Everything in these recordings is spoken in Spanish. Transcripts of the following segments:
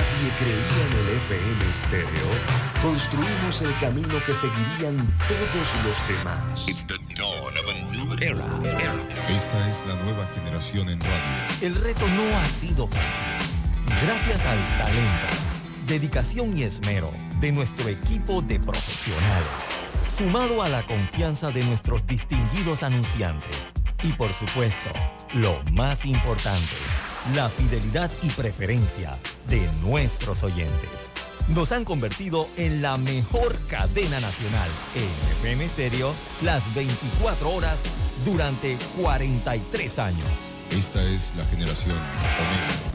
nadie creía en el FM estéreo, construimos el camino que seguirían todos los demás. It's the dawn of a new era. Esta es la nueva generación en radio. El reto no ha sido fácil. Gracias al talento, dedicación y esmero de nuestro equipo de profesionales, sumado a la confianza de nuestros distinguidos anunciantes y, por supuesto, lo más importante, la fidelidad y preferencia de nuestros oyentes, nos han convertido en la mejor cadena nacional en FM Estéreo las 24 horas durante 43 años. Esta es la generación Omega.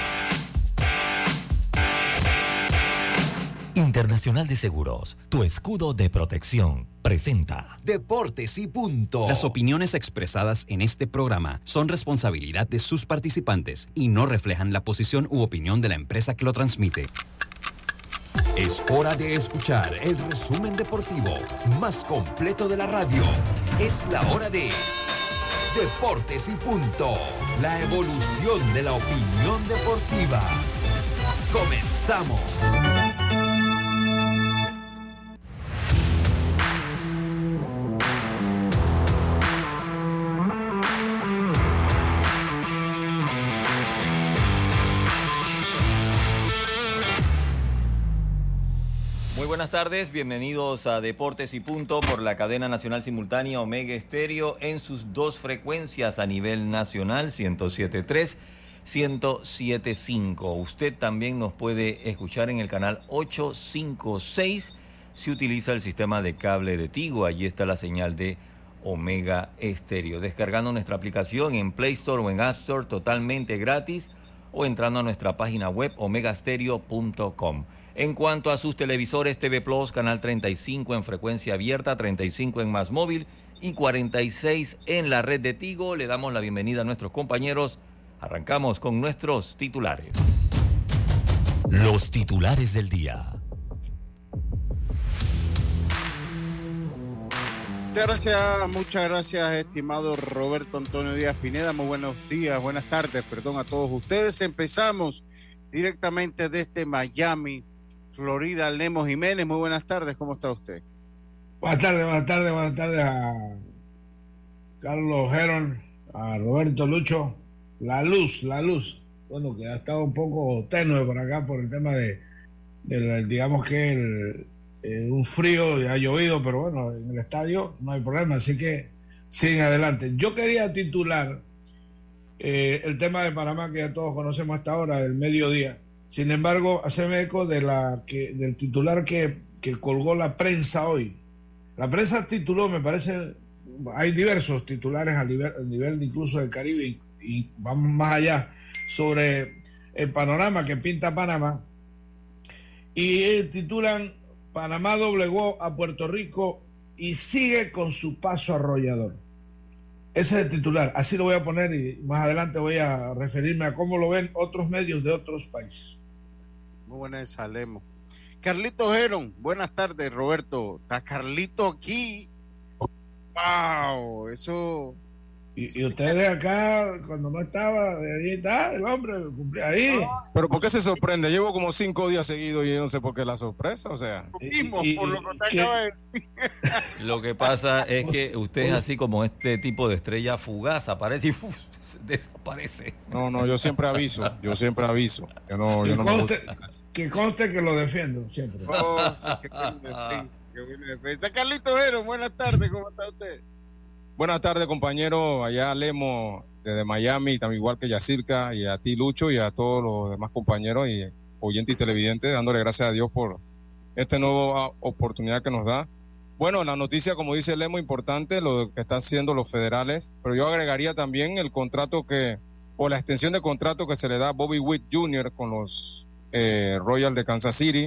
Internacional de Seguros, tu escudo de protección, presenta Deportes y Punto. Las opiniones expresadas en este programa son responsabilidad de sus participantes y no reflejan la posición u opinión de la empresa que lo transmite. Es hora de escuchar el resumen deportivo más completo de la radio. Es la hora de Deportes y Punto. La evolución de la opinión deportiva. Comenzamos. Buenas tardes, bienvenidos a Deportes y Punto por la cadena nacional simultánea Omega Estéreo en sus dos frecuencias a nivel nacional, 107.3, 107.5. Usted también nos puede escuchar en el canal 856 si utiliza el sistema de cable de Tigo. Allí está la señal de Omega Estéreo. Descargando nuestra aplicación en Play Store o en App Store totalmente gratis o entrando a nuestra página web omegastereo.com. En cuanto a sus televisores, TV Plus, canal 35 en frecuencia abierta, 35 en Más Móvil y 46 en la red de Tigo, le damos la bienvenida a nuestros compañeros. Arrancamos con nuestros titulares. Los titulares del día. Muchas gracias, estimado Roberto Antonio Díaz Pineda. Muy buenos días, buenas tardes, a todos ustedes. Empezamos directamente desde Miami, Florida, Lemos Jiménez. Muy buenas tardes, ¿cómo está usted? Buenas tardes a Carlos Geron, a Roberto Lucho. La luz, bueno, que ha estado un poco tenue por acá por el tema de digamos que un frío, ha llovido, pero bueno, en el estadio no hay problema, así que siguen adelante. Yo quería titular el tema de Panamá, que ya todos conocemos hasta ahora, del mediodía. Sin embargo, hacerme eco del titular que colgó la prensa hoy. La prensa tituló, me parece, hay diversos titulares a nivel incluso del Caribe, y vamos más allá, sobre el panorama que pinta Panamá. Y titulan: Panamá doblegó a Puerto Rico y sigue con su paso arrollador. Ese es el titular, así lo voy a poner, y más adelante voy a referirme a cómo lo ven otros medios de otros países. Muy buenas, Salemo. Carlito Geron, buenas tardes, Roberto. Está Carlito aquí. Wow, eso. Y ustedes acá, cuando no estaba, ahí está el hombre, cumplía ahí. Pero ¿por qué se sorprende? Llevo como 5 días seguidos y yo no sé por qué la sorpresa, o sea. Por lo que usted acaba de decir. Lo que pasa es que usted es así como este tipo de estrella fugaz, aparece y desaparece. No, yo siempre aviso. Yo no que conste que lo defiendo siempre. Oh, sí, qué buena defensa. Carlito Geron, buenas tardes, ¿cómo está usted? Buenas tardes, compañero, allá Lemo, desde Miami, también igual que Yacirca, y a ti, Lucho, y a todos los demás compañeros y oyentes y televidentes, dándole gracias a Dios por esta nueva oportunidad que nos da. Bueno, la noticia, como dice Lemo, importante, lo que están haciendo los federales, pero yo agregaría también el contrato o la extensión de contrato que se le da a Bobby Witt Jr. con los Royals de Kansas City,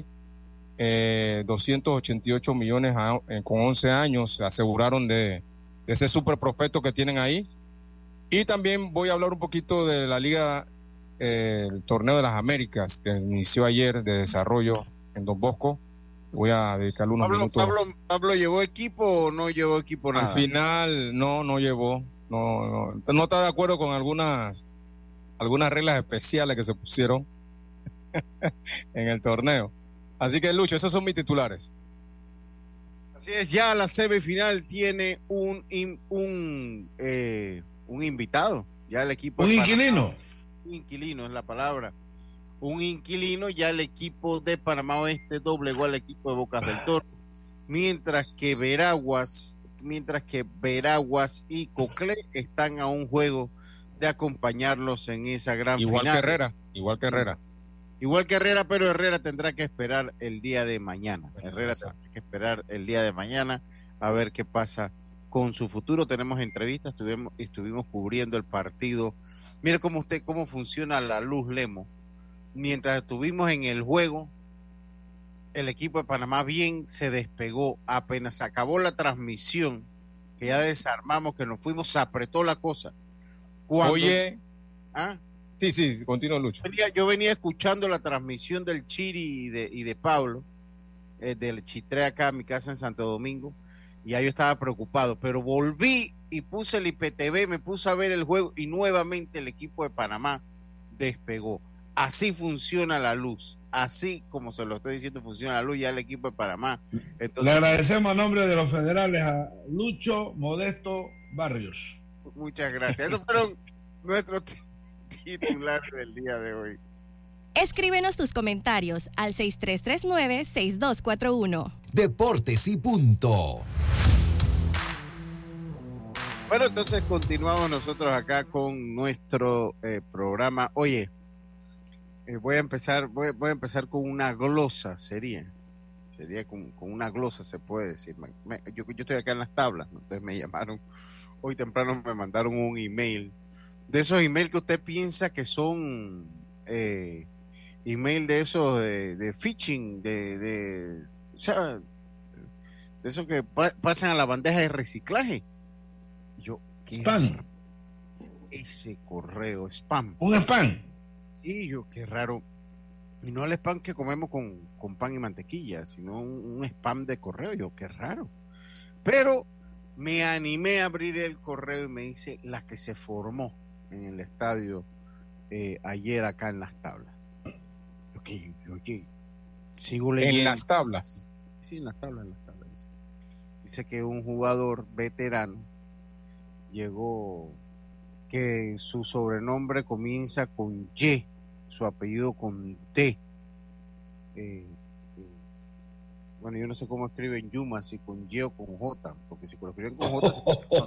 288 millones con 11 años, se aseguraron de ese super prospecto que tienen ahí. Y también voy a hablar un poquito de la liga, el torneo de las Américas, que inició ayer, de desarrollo en Don Bosco. Voy a dedicarle unos minutos. ¿Pablo llevó equipo o no llevó equipo nada? Al final no llevó, no está de acuerdo con algunas reglas especiales que se pusieron. en el torneo. Así que, Lucho, esos son mis titulares. Así es, ya la semifinal tiene un invitado. Ya el equipo. Un inquilino. Un inquilino es la palabra. Un inquilino, ya el equipo de Panamá Oeste doblegó al equipo de Bocas del Toro. Mientras que Veraguas y Coclé están a un juego de acompañarlos en esa gran final. Igual que Herrera. Igual que Herrera, pero Herrera tendrá que esperar el día de mañana. Tendrá que esperar el día de mañana a ver qué pasa con su futuro. Tenemos entrevistas, estuvimos cubriendo el partido. Mire cómo funciona la luz, Lemo. Mientras estuvimos en el juego, el equipo de Panamá bien se despegó. Apenas acabó la transmisión, que ya desarmamos, que nos fuimos, se apretó la cosa. Oye. ¿Ah? Sí, continúa, Lucho. Yo venía escuchando la transmisión del Chiri y de Pablo, del Chitré acá a mi casa en Santo Domingo, y ya yo estaba preocupado, pero volví y puse el IPTV, me puse a ver el juego y nuevamente el equipo de Panamá despegó. Así funciona la luz, así como se lo estoy diciendo funciona la luz ya el equipo de Panamá. Entonces, le agradecemos a nombre de los federales a Lucho Modesto Barrios. Muchas gracias. Esos fueron nuestros titulares del día de hoy. Escríbenos tus comentarios al 6339-6241. Deportes y punto. Bueno, entonces continuamos nosotros acá con nuestro programa. Oye, voy a empezar con una glosa, sería con una glosa, se puede decir. Yo estoy acá en las tablas, ¿no? Entonces me llamaron, hoy temprano me mandaron un email, de esos emails que usted piensa que son email de esos de phishing, o sea, de esos que pasan a la bandeja de reciclaje. Yo, spam. Ese correo, spam. Un spam. Y yo, qué raro. Y no el spam que comemos con pan y mantequilla, sino un spam de correo. Yo, qué raro. Pero me animé a abrir el correo y me dice la que se formó en el estadio ayer acá en las tablas. Oye, sigo leyendo. En las tablas. Sí, en las tablas. Dice que un jugador veterano llegó, que su sobrenombre comienza con Y, su apellido con D. Bueno, yo no sé cómo escriben Yuma, si con Y o con J, porque si lo escriben con J...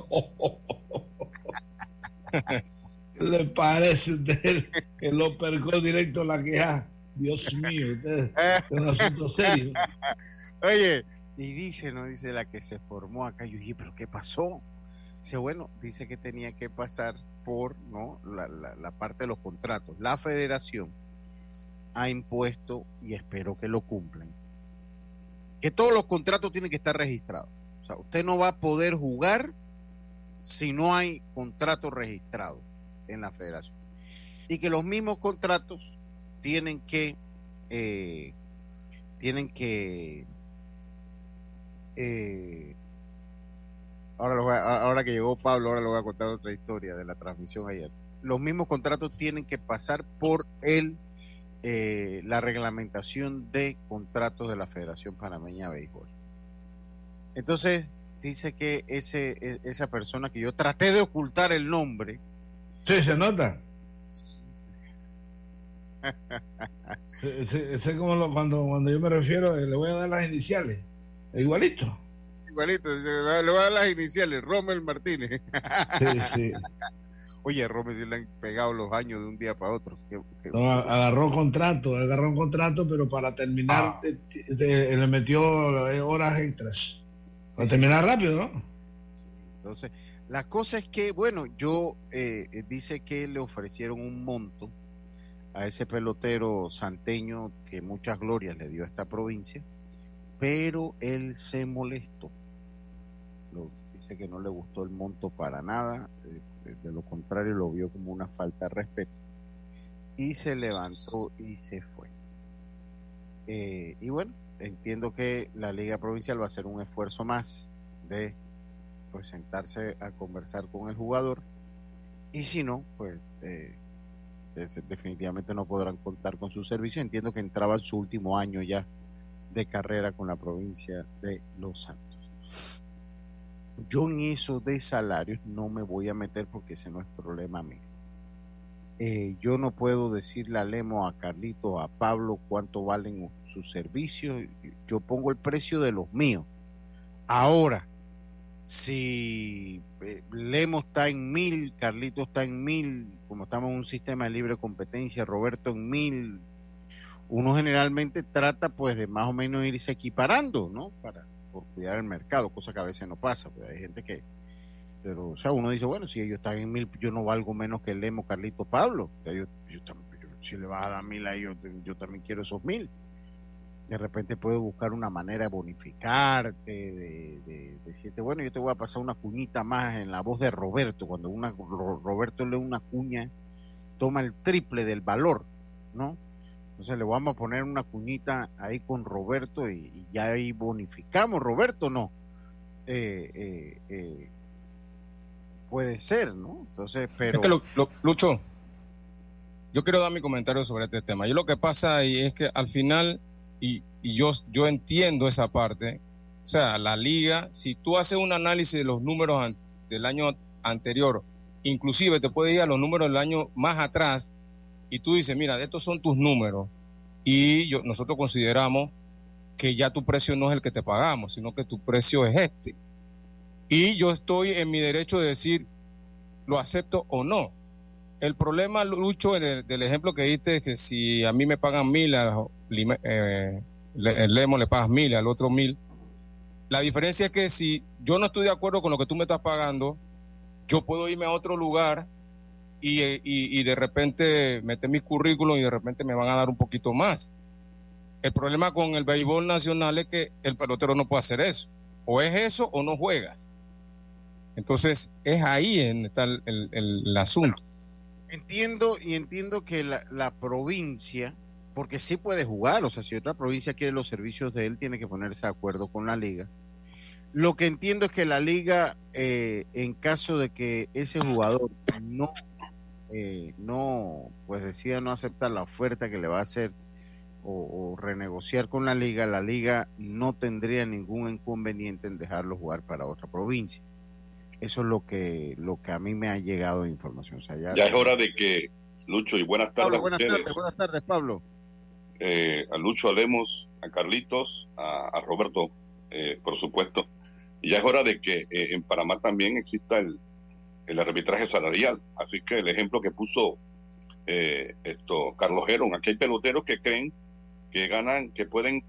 ¿Le parece a usted que lo percó directo a la queja? Dios mío, usted es un asunto serio. Oye, y dice la que se formó acá. Yo dije, ¿pero qué pasó? Dice, bueno, dice que tenía que pasar por la parte de los contratos. La federación ha impuesto, y espero que lo cumplan, que todos los contratos tienen que estar registrados. O sea, usted no va a poder jugar si no hay contrato registrado en la federación. Y que los mismos contratos tienen que ahora que llegó Pablo, ahora le voy a contar otra historia de la transmisión ayer. Los mismos contratos tienen que pasar por la reglamentación de contratos de la Federación Panameña de Béisbol. Entonces dice que esa persona, que yo traté de ocultar el nombre. Sí, se nota. Sé como cuando yo me refiero, le voy a dar las iniciales. Igualito, le voy a dar las iniciales, Rommel Martínez. Sí. Oye, a Rommel sí le han pegado los años de un día para otro. No, agarró un contrato, pero para terminar le metió horas extras. Para terminar rápido, ¿no? Entonces, la cosa es que, bueno, dice que le ofrecieron un monto a ese pelotero santeño que muchas glorias le dio a esta provincia, pero él se molestó. Dice que no le gustó el monto para nada, de lo contrario lo vio como una falta de respeto, y se levantó y se fue. Y bueno, entiendo que la Liga Provincial va a hacer un esfuerzo más de sentarse a conversar con el jugador, y si no, pues definitivamente no podrán contar con su servicio. Entiendo que entraba en su último año ya de carrera con la provincia de Los Santos. Yo en eso de salarios no me voy a meter porque ese no es problema mío. Yo no puedo decirle a Lemo, a Carlito, a Pablo cuánto valen sus servicios. Yo pongo el precio de los míos. Ahora, si Lemo está en 1.000, Carlito está en 1.000, como estamos en un sistema de libre competencia, Roberto en 1.000, uno generalmente trata pues de más o menos irse equiparando, ¿no? Por cuidar el mercado, cosa que a veces no pasa, pues hay gente que, pero o sea, uno dice, bueno, si ellos están en 1.000, yo no valgo menos que Lemo, Carlito, Pablo. O sea, yo si le vas a dar 1.000 a ellos, yo también quiero esos 1.000. De repente puedo buscar una manera de bonificarte, de decirte, bueno, yo te voy a pasar una cuñita más en la voz de Roberto. Cuando Roberto lee una cuña, toma el triple del valor, ¿no? Entonces le vamos a poner una cuñita ahí con Roberto y ya ahí bonificamos. Roberto, no. Puede ser, ¿no? Entonces, pero... Es que Lucho, yo quiero dar mi comentario sobre este tema. Yo lo que pasa ahí es que al final, y yo entiendo esa parte, o sea, la liga, si tú haces un análisis de los números del año anterior, inclusive te puedes ir a los números del año más atrás, y tú dices, mira, estos son tus números, y nosotros consideramos que ya tu precio no es el que te pagamos, sino que tu precio es este. Y yo estoy en mi derecho de decir, lo acepto o no. El problema, Lucho, del ejemplo que diste, es que si a mí me pagan 1.000, el Lemo le pagas 1.000, al otro 1.000, la diferencia es que si yo no estoy de acuerdo con lo que tú me estás pagando, yo puedo irme a otro lugar y de repente meter mi currículum y de repente me van a dar un poquito más. El problema con el béisbol nacional es que el pelotero no puede hacer eso. O es eso o no juegas. Entonces es ahí en está el asunto. Entiendo que la provincia, porque sí puede jugar, o sea, si otra provincia quiere los servicios de él, tiene que ponerse de acuerdo con la liga. Lo que entiendo es que la liga, en caso de que ese jugador no, pues decida no aceptar la oferta que le va a hacer o renegociar con la liga no tendría ningún inconveniente en dejarlo jugar para otra provincia. Eso es lo que a mí me ha llegado de información. O sea, ya es hora de que, Lucho, y buenas tardes. Pablo, buenas tardes, Pablo. A Lucho, a Lemos, a Carlitos, a Roberto, por supuesto. Y ya es hora de que en Panamá también exista el arbitraje salarial. Así que el ejemplo que puso Carlos Heron, aquí hay peloteros que creen que ganan, que pueden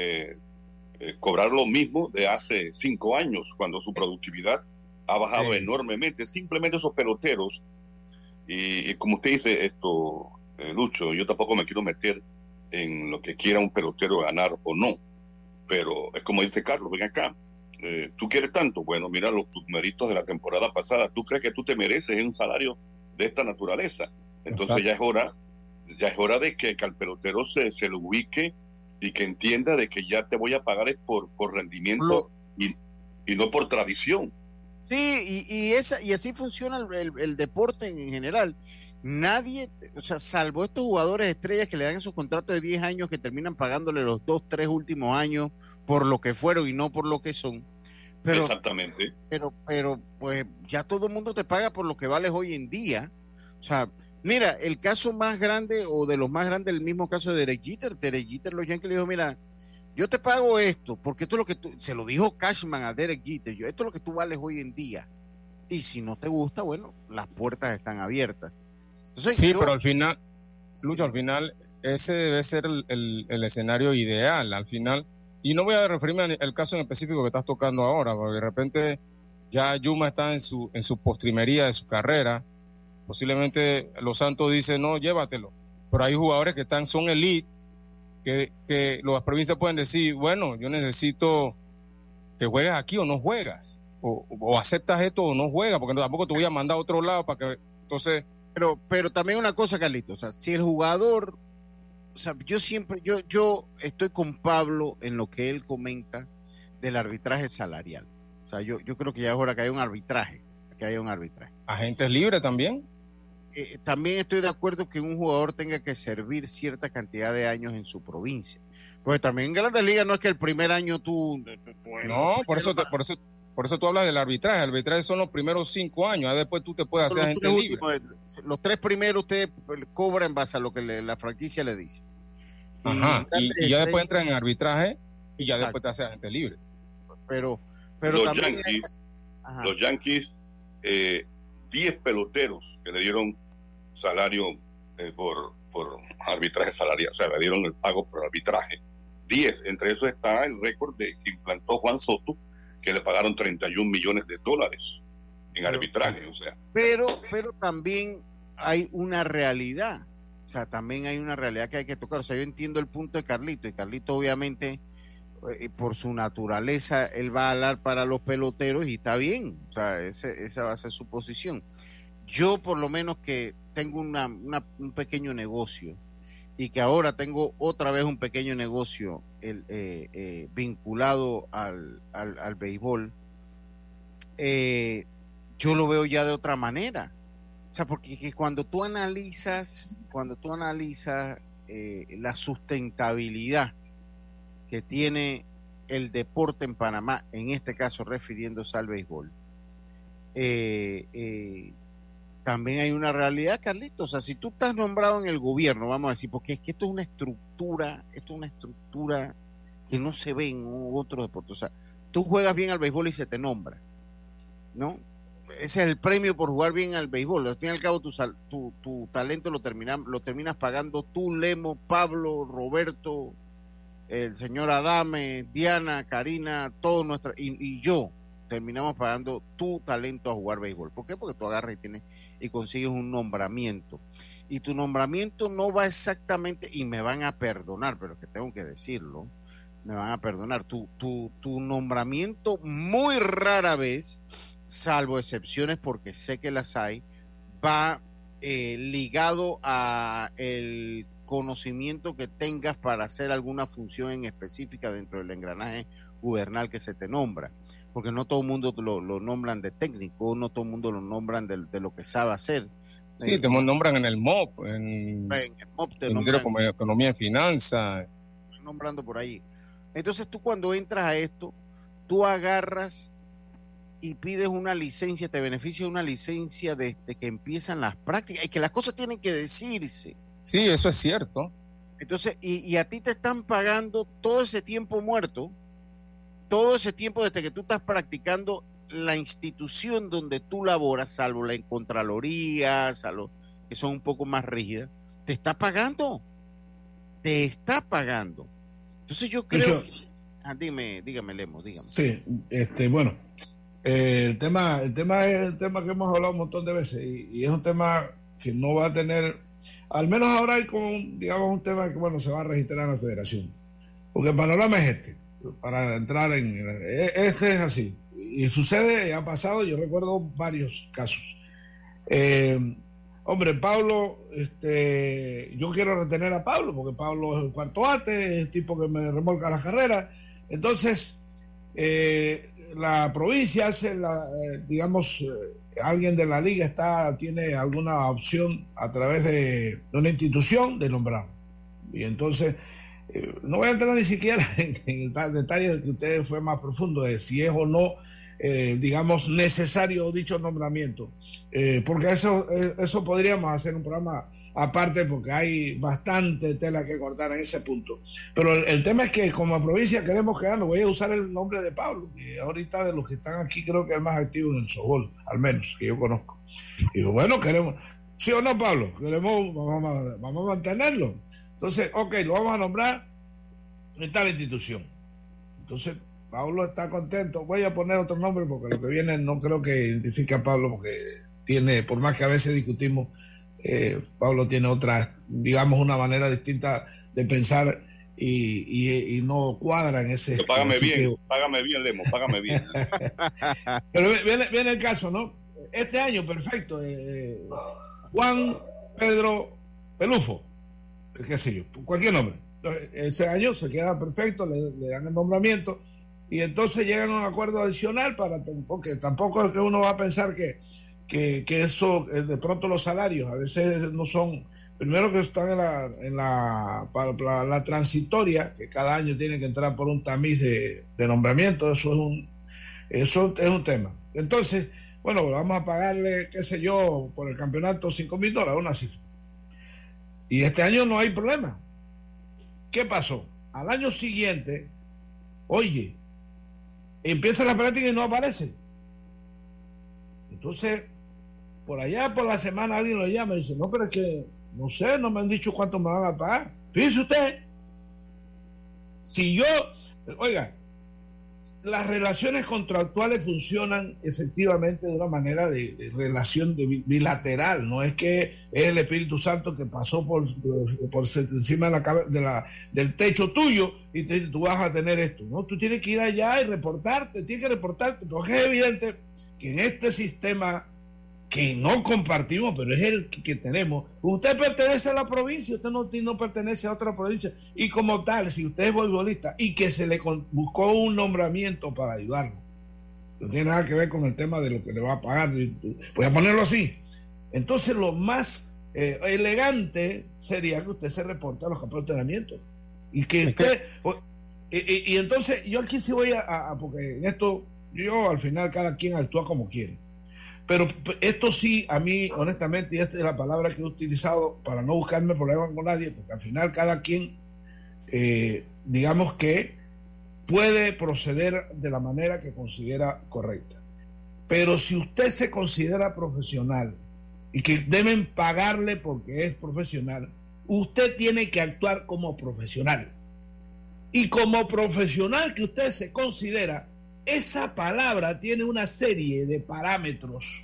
cobrar lo mismo de hace 5 años, cuando su productividad ha bajado enormemente. Simplemente esos peloteros, y como usted dice Lucho, yo tampoco me quiero meter en lo que quiera un pelotero ganar o no, pero es como dice Carlos, ven acá, tú quieres tanto, bueno, mira tus méritos de la temporada pasada, tú crees que tú te mereces un salario de esta naturaleza. Entonces exacto, ya es hora de que al pelotero se lo ubique y que entienda de que ya te voy a pagar es por rendimiento y no por tradición. Sí, y así funciona el deporte en general. Nadie, o sea, salvo estos jugadores estrellas que le dan esos contratos de 10 años que terminan pagándole los 2, 3 últimos años por lo que fueron y no por lo que son. Pero, exactamente. Pero pues ya todo el mundo te paga por lo que vales hoy en día. O sea, mira, el caso más grande o de los más grandes, el mismo caso de Derek Jeter. Derek Jeter, los Yankees le dijo, mira, yo te pago esto, porque esto es lo que se lo dijo Cashman a Derek Jeter, esto es lo que tú vales hoy en día. Y si no te gusta, bueno, las puertas están abiertas. Entonces, sí, pero al final, Lucho, al final ese debe ser el escenario ideal, al final. Y no voy a referirme al caso en específico que estás tocando ahora, porque de repente ya Yuma está en su postrimería de su carrera. Posiblemente Los Santos dice, no, llévatelo. Pero hay jugadores que son elite, que las provincias pueden decir, bueno, yo necesito que juegues aquí o no juegas, o aceptas esto o no juegas, porque tampoco te voy a mandar a otro lado para que, entonces... Pero también una cosa, Carlitos, o sea, si el jugador, o sea, yo estoy con Pablo en lo que él comenta del arbitraje salarial. O sea, yo creo que ya es hora que haya un arbitraje, ¿Agentes libres también? también estoy de acuerdo que un jugador tenga que servir cierta cantidad de años en su provincia. Pues también en Grandes Ligas no es que el primer año tú... No, por eso tú hablas del arbitraje. El arbitraje son los primeros 5 años. Después tú te puedes hacer agente libre. Los 3 primeros usted cobra en base a lo que la franquicia le dice. Ajá. Y ya después entra en arbitraje y ya después te hace agente libre. Pero los Yankees, 10 peloteros que le dieron salario por arbitraje salarial, o sea, le dieron el pago por arbitraje. 10, entre esos está el récord que implantó Juan Soto, que le pagaron $31 millones en arbitraje, o sea. Pero también hay una realidad, o sea, también hay una realidad que hay que tocar. O sea, yo entiendo el punto de Carlito, y Carlito obviamente, por su naturaleza, él va a hablar para los peloteros y está bien, o sea, esa va a ser su posición. Yo por lo menos que tengo un pequeño negocio y que ahora tengo otra vez un pequeño negocio vinculado al béisbol, yo lo veo ya de otra manera. O sea, porque cuando tú analizas la sustentabilidad que tiene el deporte en Panamá, en este caso refiriéndose al béisbol, también hay una realidad, Carlitos. O sea, si tú estás nombrado en el gobierno, vamos a decir, porque es que esto es una estructura que no se ve en otro deporte. O sea, tú juegas bien al béisbol y se te nombra, ¿no? Ese es el premio por jugar bien al béisbol. Al fin y al cabo, tu talento lo terminas pagando tú, Lemo, Pablo, Roberto, el señor Adame, Diana, Karina, todos nuestros, y yo terminamos pagando tu talento a jugar béisbol. ¿Por qué? Porque tú agarras y consigues un nombramiento. Y tu nombramiento no va exactamente, y me van a perdonar, pero que tengo que decirlo, me van a perdonar. Tu nombramiento muy rara vez, salvo excepciones porque sé que las hay, va ligado a el conocimiento que tengas para hacer alguna función en específica dentro del engranaje gubernal que se te nombra, porque no todo el mundo lo nombran de técnico, no todo el mundo lo nombran de lo que sabe hacer. Sí, te nombran en el MOP, en el MOP te nombran como economía y finanzas, nombrando por ahí. Entonces tú cuando entras a esto, tú agarras y pides una licencia, te beneficia una licencia desde que empiezan las prácticas, y que las cosas tienen que decirse. Sí, eso es cierto. Entonces, y a ti te están pagando todo ese tiempo muerto, todo ese tiempo desde que tú estás practicando la institución donde tú laboras, salvo la Contraloría, salvo que son un poco más rígidas, te está pagando. Entonces yo creo dígame Lemo, dígame. Sí, bueno, el tema es el tema que hemos hablado un montón de veces y es un tema que no va a tener, al menos ahora hay como, digamos, un tema que, bueno, se va a registrar en la federación, porque el panorama es para entrar es así, y sucede, ha pasado, yo recuerdo varios casos. Hombre, Pablo, yo quiero retener a Pablo, porque Pablo es el cuarto bate, es el tipo que me remolca las carreras, entonces la provincia hace alguien de la liga tiene alguna opción a través de una institución de nombrar, y entonces no voy a entrar ni siquiera en el detalle que usted fue más profundo de si es o no digamos necesario dicho nombramiento, porque eso podríamos hacer un programa aparte, porque hay bastante tela que cortar en ese punto, pero el tema es que como provincia queremos quedarnos. Voy a usar el nombre de Pablo, que ahorita de los que están aquí creo que es el más activo en el softball, al menos que yo conozco, y bueno, queremos, ¿sí o no, Pablo? Vamos a mantenerlo. Entonces, lo vamos a nombrar en tal institución. Entonces Pablo está contento. Voy a poner otro nombre porque lo que viene no creo que identifique a Pablo, porque tiene, por más que a veces discutimos, Pablo tiene otra, digamos, una manera distinta de pensar y no cuadra en ese. Pero págame bien, Lemo, págame bien. Pero viene el caso, ¿no? Este año, perfecto. Juan Pedro Pelufo, qué sé yo, cualquier nombre. Ese año se queda perfecto, le dan el nombramiento y entonces llegan a un acuerdo adicional porque tampoco es que uno va a pensar que que eso, de pronto los salarios a veces no son, primero que están para la transitoria, que cada año tiene que entrar por un tamiz de nombramiento, eso es un tema. Entonces, bueno, vamos a pagarle, qué sé yo, por el campeonato $5,000, una cifra. Y este año no hay problema. ¿Qué pasó? Al año siguiente, oye, empieza la práctica y no aparece. Entonces, por allá por la semana alguien lo llama y dice, no, pero es que, no sé, no me han dicho cuánto me van a pagar. Fíjese usted, si yo, oiga, las relaciones contractuales funcionan efectivamente de una manera de relación bilateral, no es que es el Espíritu Santo que pasó por encima del techo tuyo y tú vas a tener esto, ¿no? Tú tienes que ir allá y reportarte, porque es evidente que en este sistema que no compartimos, pero es el que tenemos, usted pertenece a la provincia, usted no pertenece a otra provincia, y como tal, si usted es voleibolista y que se le buscó un nombramiento para ayudarlo, no tiene nada que ver con el tema de lo que le va a pagar, voy a ponerlo así. Entonces lo más elegante sería que usted se reporte a los campos de entrenamiento y que usted y entonces yo aquí sí voy a porque en esto yo al final cada quien actúa como quiere. Pero esto sí, a mí, honestamente, y esta es la palabra que he utilizado para no buscarme problemas con nadie, porque al final cada quien, digamos que puede proceder de la manera que considera correcta. Pero si usted se considera profesional y que deben pagarle porque es profesional, usted tiene que actuar como profesional. Y como profesional que usted se considera, esa palabra tiene una serie de parámetros.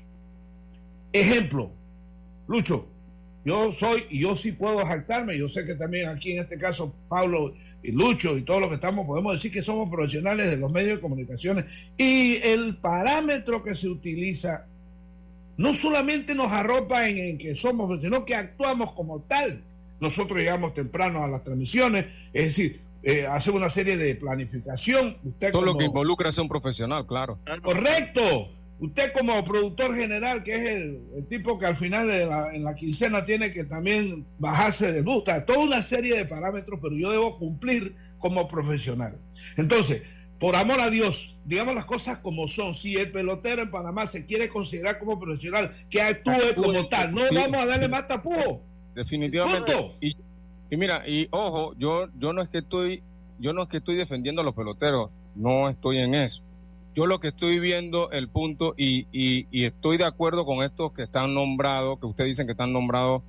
Ejemplo, Lucho, yo sí puedo jactarme, yo sé que también aquí en este caso Pablo y Lucho y todos los que estamos podemos decir que somos profesionales de los medios de comunicaciones, y el parámetro que se utiliza no solamente nos arropa en que somos, sino que actuamos como tal. Nosotros llegamos temprano a las transmisiones, es decir, hacer una serie de planificación. Usted todo lo que involucra a ser un profesional, claro. Correcto. Usted como productor general, que es el tipo que al final en la quincena tiene que también bajarse de bus, toda una serie de parámetros, pero yo debo cumplir como profesional. Entonces, por amor a Dios, digamos las cosas como son. Si el pelotero en Panamá se quiere considerar como profesional, que actúe como tal. No vamos a darle más tapujo. Definitivamente. Y mira, y ojo, yo no es que estoy defendiendo a los peloteros, no estoy en eso. Yo lo que estoy viendo el punto y estoy de acuerdo con estos que están nombrados, que ustedes dicen que están nombrados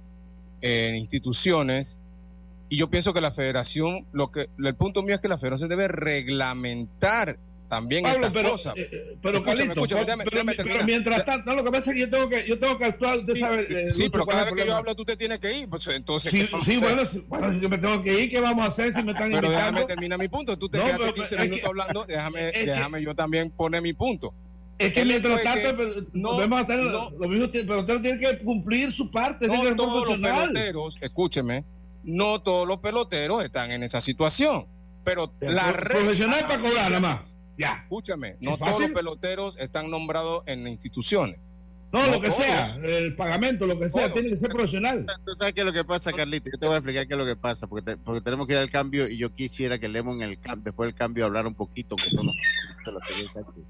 en instituciones, y yo pienso que la federación, el punto mío es que la federación debe reglamentar también estas cosas. Pero Carlito, pero mientras tanto, no, lo que pasa es que yo tengo que actuar, usted sabe. Sí, pero cada vez que yo hablo tú te tienes que ir, pues entonces. Bueno, yo me tengo que ir, ¿qué vamos a hacer si me están invitando? Pero déjame terminar mi punto, tú te quedaste 15 minutos hablando, déjame yo también poner mi punto. Es que mientras tanto, vamos a hacer lo mismo, pero usted tiene que cumplir su parte, no tiene que ser todos profesional. Los peloteros, escúcheme, no todos los peloteros están en esa situación, pero profesional para cobrar nada más. Ya. Escúchame, no todos los peloteros están nombrados en instituciones. No, lo que sea, el pagamento, lo que sea, tiene que ser profesional. ¿Tú sabes qué es lo que pasa, Carlito? Yo te voy a explicar qué es lo que pasa, porque tenemos que ir al cambio y yo quisiera que Lemo después del cambio hablar un poquito, que son los que aquí.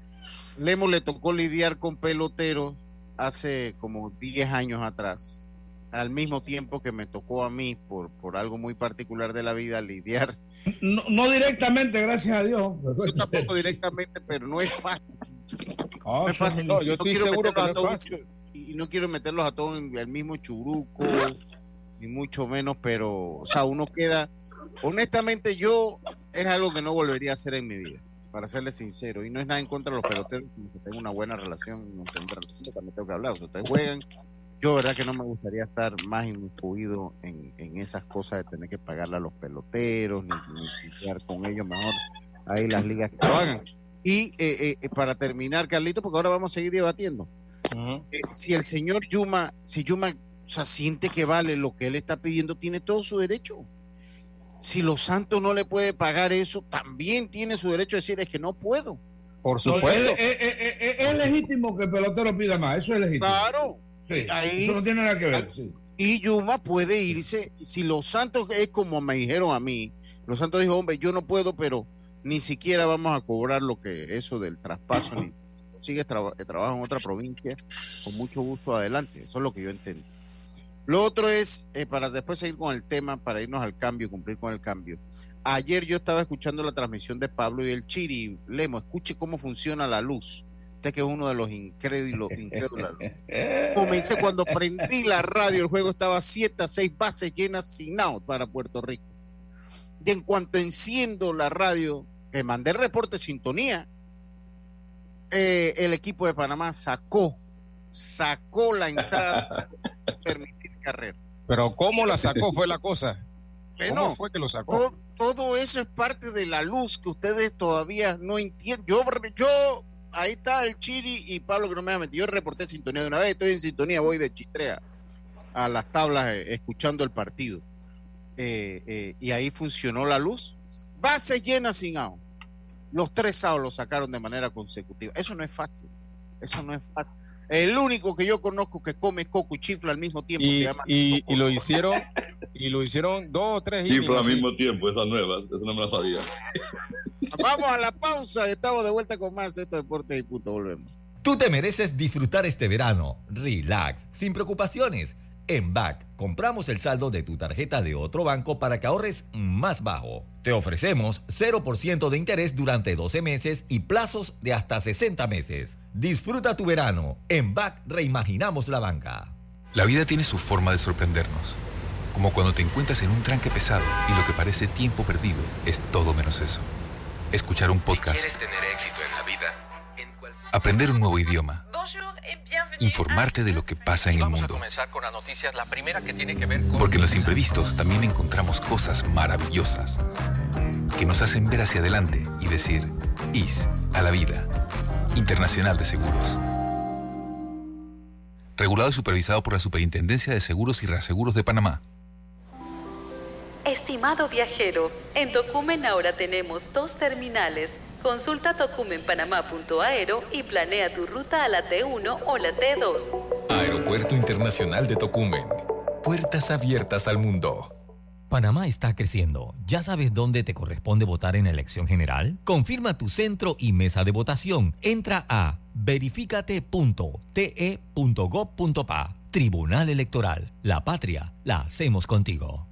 Lemo le tocó lidiar con peloteros hace como 10 años atrás, al mismo tiempo que me tocó a mí, por algo muy particular de la vida, lidiar. No directamente, gracias a Dios. Yo tampoco directamente, pero no es fácil. No es fácil. No, yo estoy seguro que no es fácil. Y no quiero meterlos a todos en el mismo churuco, ni mucho menos, pero, o sea, uno queda. Honestamente, es algo que no volvería a hacer en mi vida, para serles sincero. Y no es nada en contra de los peloteros, como que tengo una buena relación. También tengo que hablar. O sea, ustedes juegan. Yo, verdad que no me gustaría estar más incluido en esas cosas de tener que pagarle a los peloteros, ni lidiar con ellos, mejor ahí las ligas que lo hagan. Y para terminar, Carlito, porque ahora vamos a seguir debatiendo. Si el señor Yuma, o sea, siente que vale lo que él está pidiendo, tiene todo su derecho. Si Los Santos no le puede pagar eso, también tiene su derecho a decir, es que no puedo. Por supuesto. Es legítimo que el pelotero pida más, eso es legítimo. Claro. Sí, Ahí, eso no tiene nada que ver. Sí. Y Yuma puede irse, si Los Santos es como me dijeron a mí, Los Santos dijo, hombre, yo no puedo, pero ni siquiera vamos a cobrar lo que eso del traspaso, ni consigues trabajo en otra provincia, con mucho gusto adelante, eso es lo que yo entiendo. Lo otro es, para después seguir con el tema, para irnos al cambio, cumplir con el cambio. Ayer yo estaba escuchando la transmisión de Pablo y el Chiri. Lemo, escuche cómo funciona la luz. Usted que es uno de los incrédulos. Comencé cuando prendí la radio, el juego estaba 7-6 bases llenas sin out para Puerto Rico. Y en cuanto enciendo la radio, que mandé el reporte de sintonía, el equipo de Panamá sacó la entrada para permitir carrera. Pero ¿cómo la sacó fue la cosa? ¿Cómo fue que lo sacó? Todo eso es parte de la luz que ustedes todavía no entienden. Yo ahí está el Chiri y Pablo que no me ha metido. Yo reporté sintonía de una vez, estoy en sintonía, voy de Chistrea a las tablas escuchando el partido. Y ahí funcionó la luz. Base llena sin out. Los 3 outs los sacaron de manera consecutiva. Eso no es fácil. El único que yo conozco que come coco y chifla al mismo tiempo se llama y lo hicieron 2 o 3 chifla al mismo tiempo, esa nueva, eso no me la sabía. Vamos a la pausa, estamos de vuelta con más Esto Deportes y Punto, volvemos. Tú te mereces disfrutar este verano. Relax, sin preocupaciones. En BAC, compramos el saldo de tu tarjeta de otro banco para que ahorres más bajo. Te ofrecemos 0% de interés durante 12 meses y plazos de hasta 60 meses. Disfruta tu verano. En BAC reimaginamos la banca. La vida tiene su forma de sorprendernos. Como cuando te encuentras en un tranque pesado y lo que parece tiempo perdido es todo menos eso. Escuchar un podcast. Si quieres tener éxito en la vida, aprender un nuevo idioma. Informarte de lo que pasa en el mundo. Vamos a comenzar con las noticias, la primera que tiene que ver con... Porque en los imprevistos también encontramos cosas maravillosas que nos hacen ver hacia adelante y decir IS a la vida. Internacional de Seguros. Regulado y supervisado por la Superintendencia de Seguros y Reaseguros de Panamá. Estimado viajero, en Tocumen ahora tenemos 2 terminales. Consulta tocumenpanamá.aero y planea tu ruta a la T1 o la T2. Aeropuerto Internacional de Tocumen. Puertas abiertas al mundo. Panamá está creciendo. ¿Ya sabes dónde te corresponde votar en la elección general? Confirma tu centro y mesa de votación. Entra a verificate.te.gov.pa. Tribunal Electoral. La patria la hacemos contigo.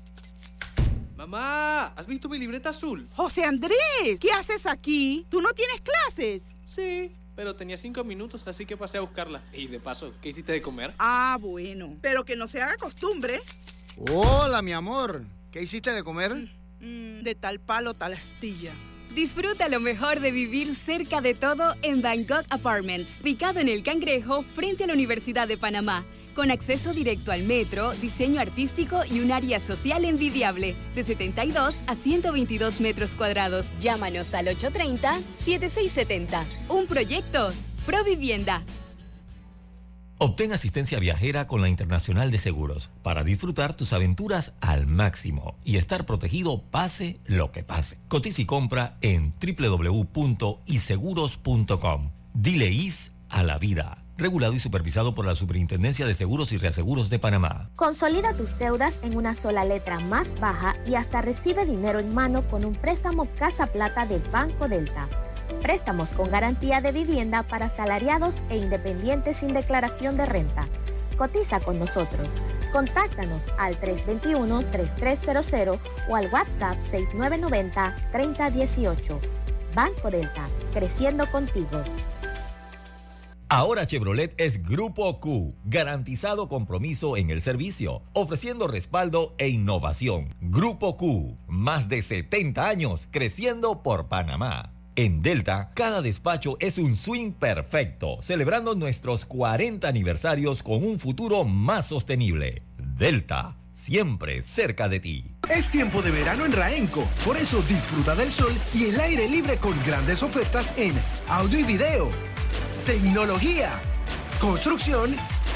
Mamá, ¿has visto mi libreta azul? José Andrés, ¿qué haces aquí? ¿Tú no tienes clases? Sí, pero tenía 5 minutos, así que pasé a buscarla. Y de paso, ¿qué hiciste de comer? Ah, bueno, pero que no se haga costumbre. Hola, mi amor. ¿Qué hiciste de comer? De tal palo, tal astilla. Disfruta lo mejor de vivir cerca de todo en Bangkok Apartments, ubicado en El Cangrejo, frente a la Universidad de Panamá. Con acceso directo al metro, diseño artístico y un área social envidiable, de 72 a 122 metros cuadrados. Llámanos al 830-7670. Un proyecto Provivienda. Obtén asistencia viajera con la Internacional de Seguros para disfrutar tus aventuras al máximo y estar protegido pase lo que pase. Cotiza y compra en www.iseguros.com. Dile IS a la vida. Regulado y supervisado por la Superintendencia de Seguros y Reaseguros de Panamá. Consolida tus deudas en una sola letra más baja y hasta recibe dinero en mano con un préstamo Casa Plata de Banco Delta. Préstamos con garantía de vivienda para asalariados e independientes sin declaración de renta. Cotiza con nosotros. Contáctanos al 321-3300 o al WhatsApp 6990-3018. Banco Delta, creciendo contigo. Ahora Chevrolet es Grupo Q, garantizado compromiso en el servicio, ofreciendo respaldo e innovación. Grupo Q, más de 70 años creciendo por Panamá. En Delta, cada despacho es un swing perfecto, celebrando nuestros 40 aniversarios con un futuro más sostenible. Delta, siempre cerca de ti. Es tiempo de verano en Raenco, por eso disfruta del sol y el aire libre con grandes ofertas en audio y video, tecnología, construcción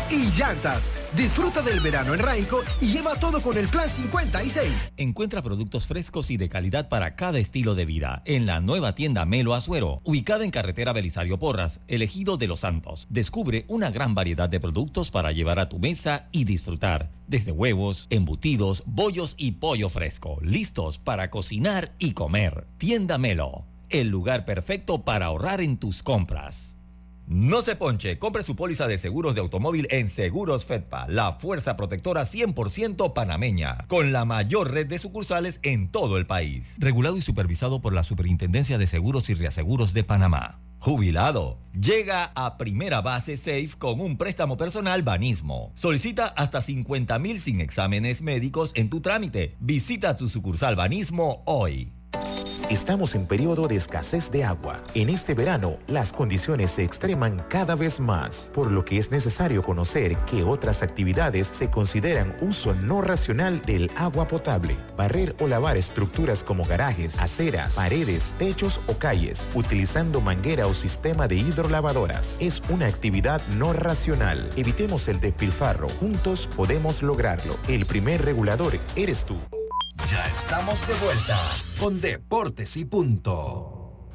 y llantas. Disfruta del verano en Rainco y lleva todo con el Plan 56. Encuentra productos frescos y de calidad para cada estilo de vida en la nueva tienda Melo Azuero, ubicada en carretera Belisario Porras, el Ejido de Los Santos. Descubre una gran variedad de productos para llevar a tu mesa y disfrutar, desde huevos, embutidos, bollos y pollo fresco, listos para cocinar y comer. Tienda Melo, el lugar perfecto para ahorrar en tus compras. No se ponche, compre su póliza de seguros de automóvil en Seguros Fedpa, la fuerza protectora 100% panameña, con la mayor red de sucursales en todo el país. Regulado y supervisado por la Superintendencia de Seguros y Reaseguros de Panamá. Jubilado. Llega a Primera Base Safe con un préstamo personal Banismo. Solicita hasta 50,000 sin exámenes médicos en tu trámite. Visita tu sucursal Banismo hoy. Estamos en periodo de escasez de agua. En este verano, las condiciones se extreman cada vez más, por lo que es necesario conocer qué otras actividades se consideran uso no racional del agua potable. Barrer o lavar estructuras como garajes, aceras, paredes, techos o calles, utilizando manguera o sistema de hidrolavadoras, es una actividad no racional. Evitemos el despilfarro. Juntos podemos lograrlo. El primer regulador eres tú. Ya estamos de vuelta con Deportes y Punto.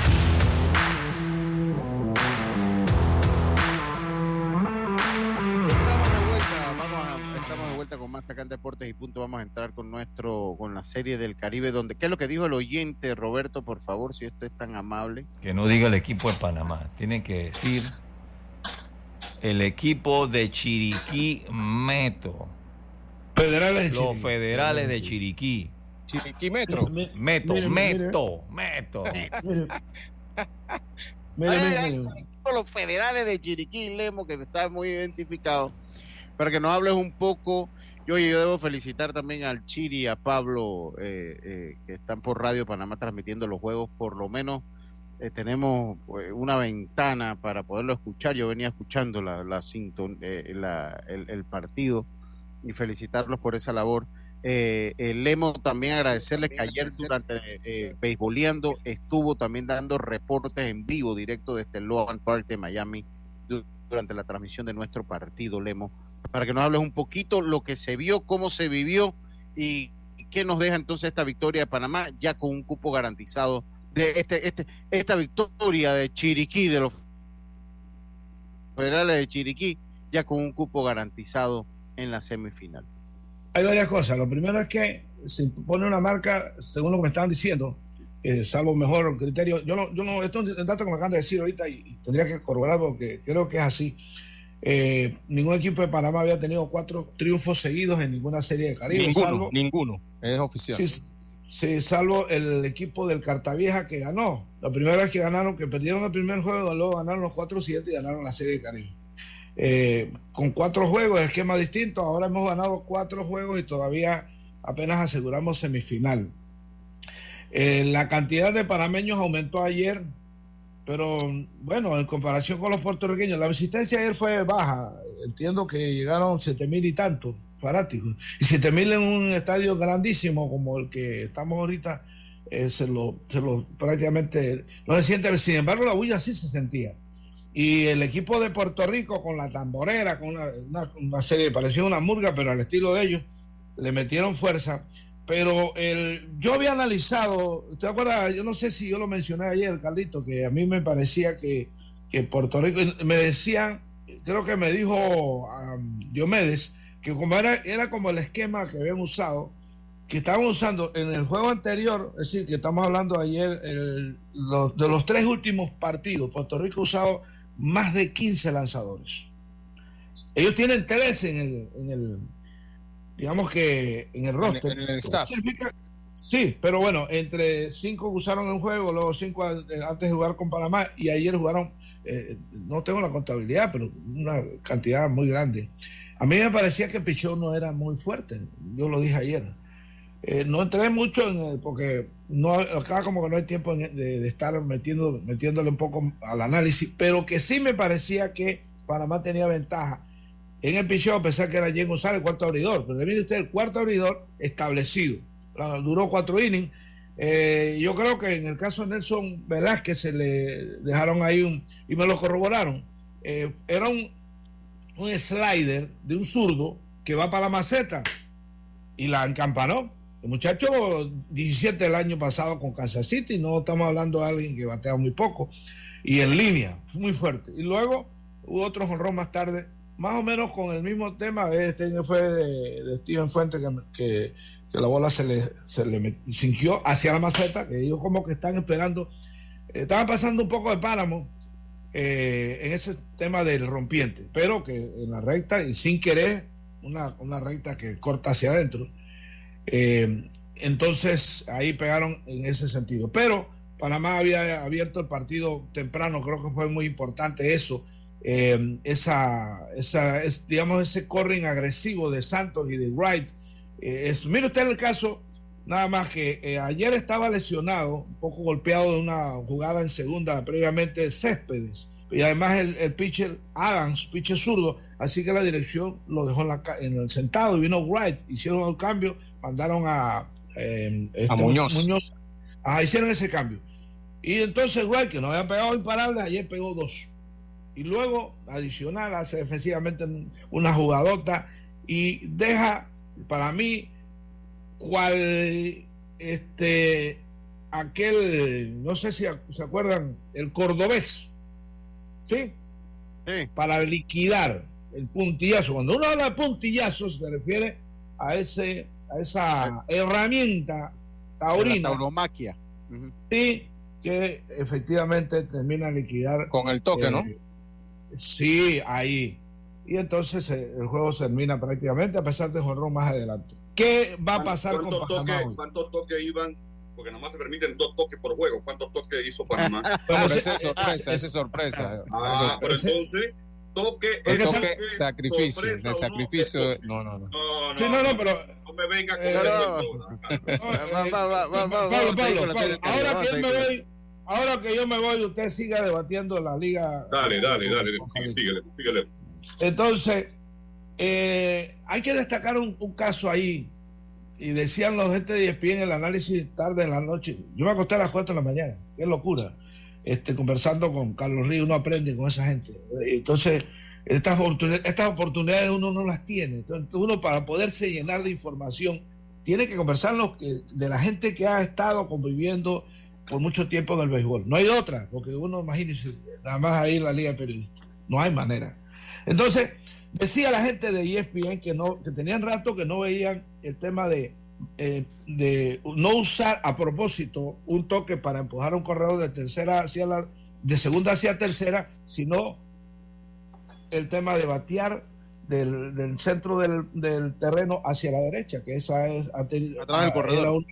Estamos de vuelta con más acá en Deportes y Punto. Vamos a entrar con la serie del Caribe, donde ¿qué es lo que dijo el oyente, Roberto? Por favor, si usted es tan amable. Que no diga el equipo de Panamá, tiene que decir el equipo de Chiriquí Meto. Los federales de Chiriquí. Chiriquí Metro. Meto. Los federales de Chiriquí, Lemo, que está muy identificado, para que nos hables un poco. Yo debo felicitar también al Chiri y a Pablo, que están por Radio Panamá transmitiendo los juegos. Por lo menos tenemos una ventana para poderlo escuchar. Yo venía escuchando el partido, y felicitarlos por esa labor. Lemo, también agradecerles que ayer durante Beisboleando estuvo también dando reportes en vivo directo desde el Logan Park de Miami durante la transmisión de nuestro partido, Lemo, para que nos hables un poquito lo que se vio, cómo se vivió y qué nos deja entonces esta victoria de Panamá, ya con un cupo garantizado de esta victoria de Chiriquí, de los federales de Chiriquí, ya con un cupo garantizado en la semifinal. Hay varias cosas. Lo primero es que se pone una marca, según lo que me estaban diciendo, salvo mejor criterio. Yo no, esto es un dato que me acaban de decir ahorita y tendría que corroborar porque creo que es así. Ningún equipo de Panamá había tenido 4 triunfos seguidos en ninguna serie de Caribe. Ninguno, es oficial. Sí, salvo el equipo del Cartavieja que ganó. La primera vez que ganaron, que perdieron el primer juego, luego ganaron los 4-7 y ganaron la serie de Caribe. Con 4 juegos, esquema distinto. Ahora hemos ganado 4 juegos y todavía apenas aseguramos semifinal. La cantidad de panameños aumentó ayer, pero bueno, en comparación con los puertorriqueños, la asistencia ayer fue baja. Entiendo que llegaron 7,000 y tantos fanáticos, y 7,000 en un estadio grandísimo como el que estamos ahorita, prácticamente no se siente. Sin embargo, la bulla sí se sentía. Y el equipo de Puerto Rico con la tamborera, con una serie, parecía una murga, pero al estilo de ellos, le metieron fuerza. Pero yo había analizado, ¿te acuerdas? Yo no sé si yo lo mencioné ayer, Carlito, que a mí me parecía que Puerto Rico, me decían, creo que me dijo Diomedes, que como era como el esquema que habían usado, que estaban usando en el juego anterior, es decir, que estamos hablando ayer, de los 3 últimos partidos, Puerto Rico ha usado más de 15 lanzadores. Ellos tienen 13 en el digamos que en el roster. En el staff. Sí, pero bueno, entre 5 usaron en juego, luego 5 antes de jugar con Panamá, y ayer jugaron, no tengo la contabilidad, pero una cantidad muy grande. A mí me parecía que el pichón no era muy fuerte, yo lo dije ayer. No entré mucho porque acá como que no hay tiempo de estar metiéndole un poco al análisis, pero que sí me parecía que Panamá tenía ventaja en el picheo, a pesar que era Jen González el cuarto abridor. Pero mire usted, el cuarto abridor establecido, duró 4 innings. Yo creo que en el caso de Nelson Velázquez se le dejaron ahí y me lo corroboraron. Era un un slider de un zurdo que va para la maceta y la encampanó. El muchacho 17 el año pasado con Kansas City, no estamos hablando de alguien que batea muy poco, y en línea, muy fuerte. Y luego hubo otro jonrón más tarde, más o menos con el mismo tema. Este año fue de Steven Fuentes, que la bola se le sinquió hacia la maceta, que ellos como que están esperando, estaban pasando un poco de páramo en ese tema del rompiente, pero que en la recta, y sin querer, una recta que corta hacia adentro, entonces ahí pegaron en ese sentido. Pero Panamá había abierto el partido temprano, creo que fue muy importante eso, digamos, ese corring agresivo de Santos y de Wright. Mire usted el caso, nada más que ayer estaba lesionado, un poco golpeado de una jugada en segunda previamente Céspedes, y además el pitcher Adams, pitcher zurdo, así que la dirección lo dejó en el sentado y vino Wright, hicieron el cambio, mandaron a Muñoz. Hicieron ese cambio, y entonces Wright, que no había pegado imparables, ayer pegó 2, y luego adicional hace defensivamente una jugadota y deja, para mí, aquel, no sé si se acuerdan, el cordobés, ¿sí? Para liquidar el puntillazo. Cuando uno habla de puntillazos se refiere a esa herramienta taurina, la tauromaquia, sí, que efectivamente termina de liquidar con el toque, ¿no? Sí, ahí. Y entonces el juego se termina prácticamente, a pesar de jonrón más adelante. ¿Qué va a pasar con Panamá hoy? ¿Cuántos toques iban? Porque nomás se permiten 2 toques por juego. ¿Cuántos toques hizo Panamá? Esa es sorpresa. Pero entonces, toque, sacrificio. Sorpresa, sacrificio. No. Sí, no, pero no me venga con Pablo, ahora que yo me voy, usted siga debatiendo la liga. Dale, síguele. Entonces, hay que destacar un caso ahí, y decían los gente de ESPN en el análisis tarde en la noche. Yo me acosté a las 4 de la mañana, qué locura, conversando con Carlos Ríos. Uno aprende con esa gente. Entonces, estas oportunidades uno no las tiene. Entonces, uno, para poderse llenar de información, tiene que conversar de la gente que ha estado conviviendo por mucho tiempo en el béisbol. No hay otra, porque uno, imagínese, nada más ahí en la liga de periodistas, no hay manera. Entonces, decía la gente de ESPN que tenían rato que no veían el tema de no usar a propósito un toque para empujar un corredor de segunda hacia tercera, sino el tema de batear del centro del terreno hacia la derecha, que esa es atrás del corredor.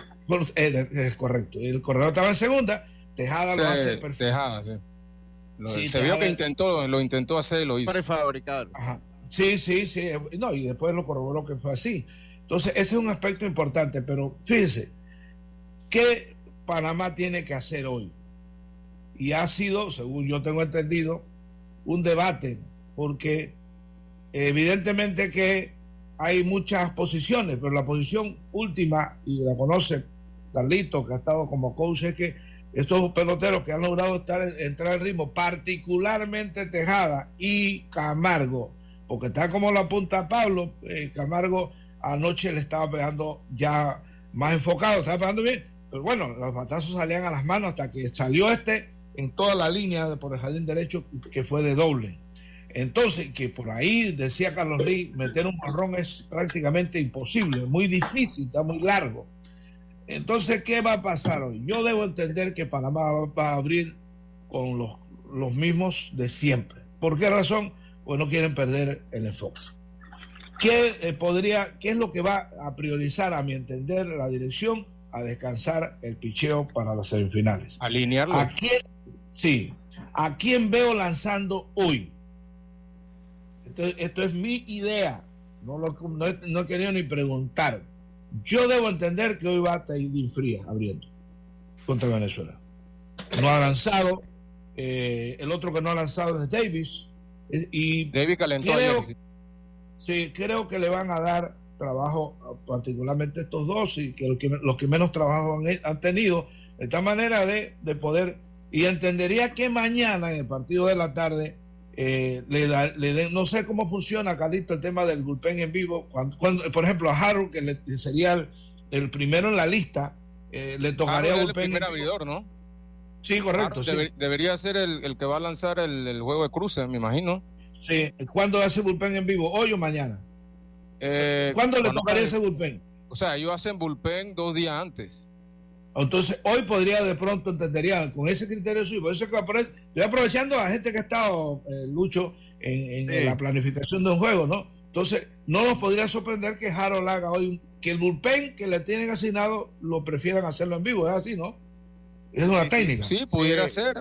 Es correcto. El corredor estaba en segunda, Tejada lo hace perfecto. Tejada, sí. Se vio que lo intentó hacer, lo hizo. Prefabricado. Ajá. Sí. No, y después lo corroboró que fue así. Entonces, ese es un aspecto importante, pero fíjense, ¿qué Panamá tiene que hacer hoy? Y ha sido, según yo tengo entendido, un debate, porque evidentemente que hay muchas posiciones, pero la posición última, y la conoce Carlito, que ha estado como coach, es que estos peloteros que han logrado entrar al ritmo, particularmente Tejada y Camargo, porque está como la punta Pablo, Camargo anoche le estaba pegando ya más enfocado, estaba pegando bien, pero bueno, los batazos salían a las manos hasta que salió en toda la línea por el jardín derecho, que fue de doble. Entonces, que por ahí, decía Carlos Lee, meter un jonrón es prácticamente imposible, muy difícil, está muy largo. Entonces, ¿qué va a pasar hoy? Yo debo entender que Panamá va a abrir con los mismos de siempre. ¿Por qué razón? Pues no quieren perder el enfoque. ¿Qué es lo que va a priorizar, a mi entender, la dirección? A descansar el picheo para las semifinales. Alinearlo. ¿A quién veo lanzando hoy? Esto es mi idea. No he querido ni preguntar. Yo debo entender que hoy va a Teidín Frías abriendo contra Venezuela. No ha lanzado. El otro que no ha lanzado es Davis. Davis calentó creo, ayer, sí, creo que le van a dar trabajo, particularmente estos dos, y que los que menos trabajo han tenido, de tal manera de poder, y entendería que mañana en el partido de la tarde no sé cómo funciona, Carlito, el tema del bullpen en vivo. Cuando por ejemplo, a Harold, que sería el primero en la lista, le tocaría Harold bullpen. Es el primer abridor, ¿no? Sí, correcto. Sí. Debería ser el que va a lanzar el juego de cruce, me imagino. Sí. ¿Cuándo hace bullpen en vivo? ¿Hoy o mañana? ¿Cuándo le tocaría ese bullpen? O sea, ellos hacen bullpen 2 días antes. Entonces, hoy podría de pronto, entendería, con ese criterio suyo. Por eso es que estoy aprovechando a la gente que ha estado, Lucho, en la planificación de un juego, ¿no? Entonces, no nos podría sorprender que Harold haga hoy, que el bullpen que le tienen asignado lo prefieran hacerlo en vivo. Es así, ¿no? Es una técnica. Sí, pudiera ser.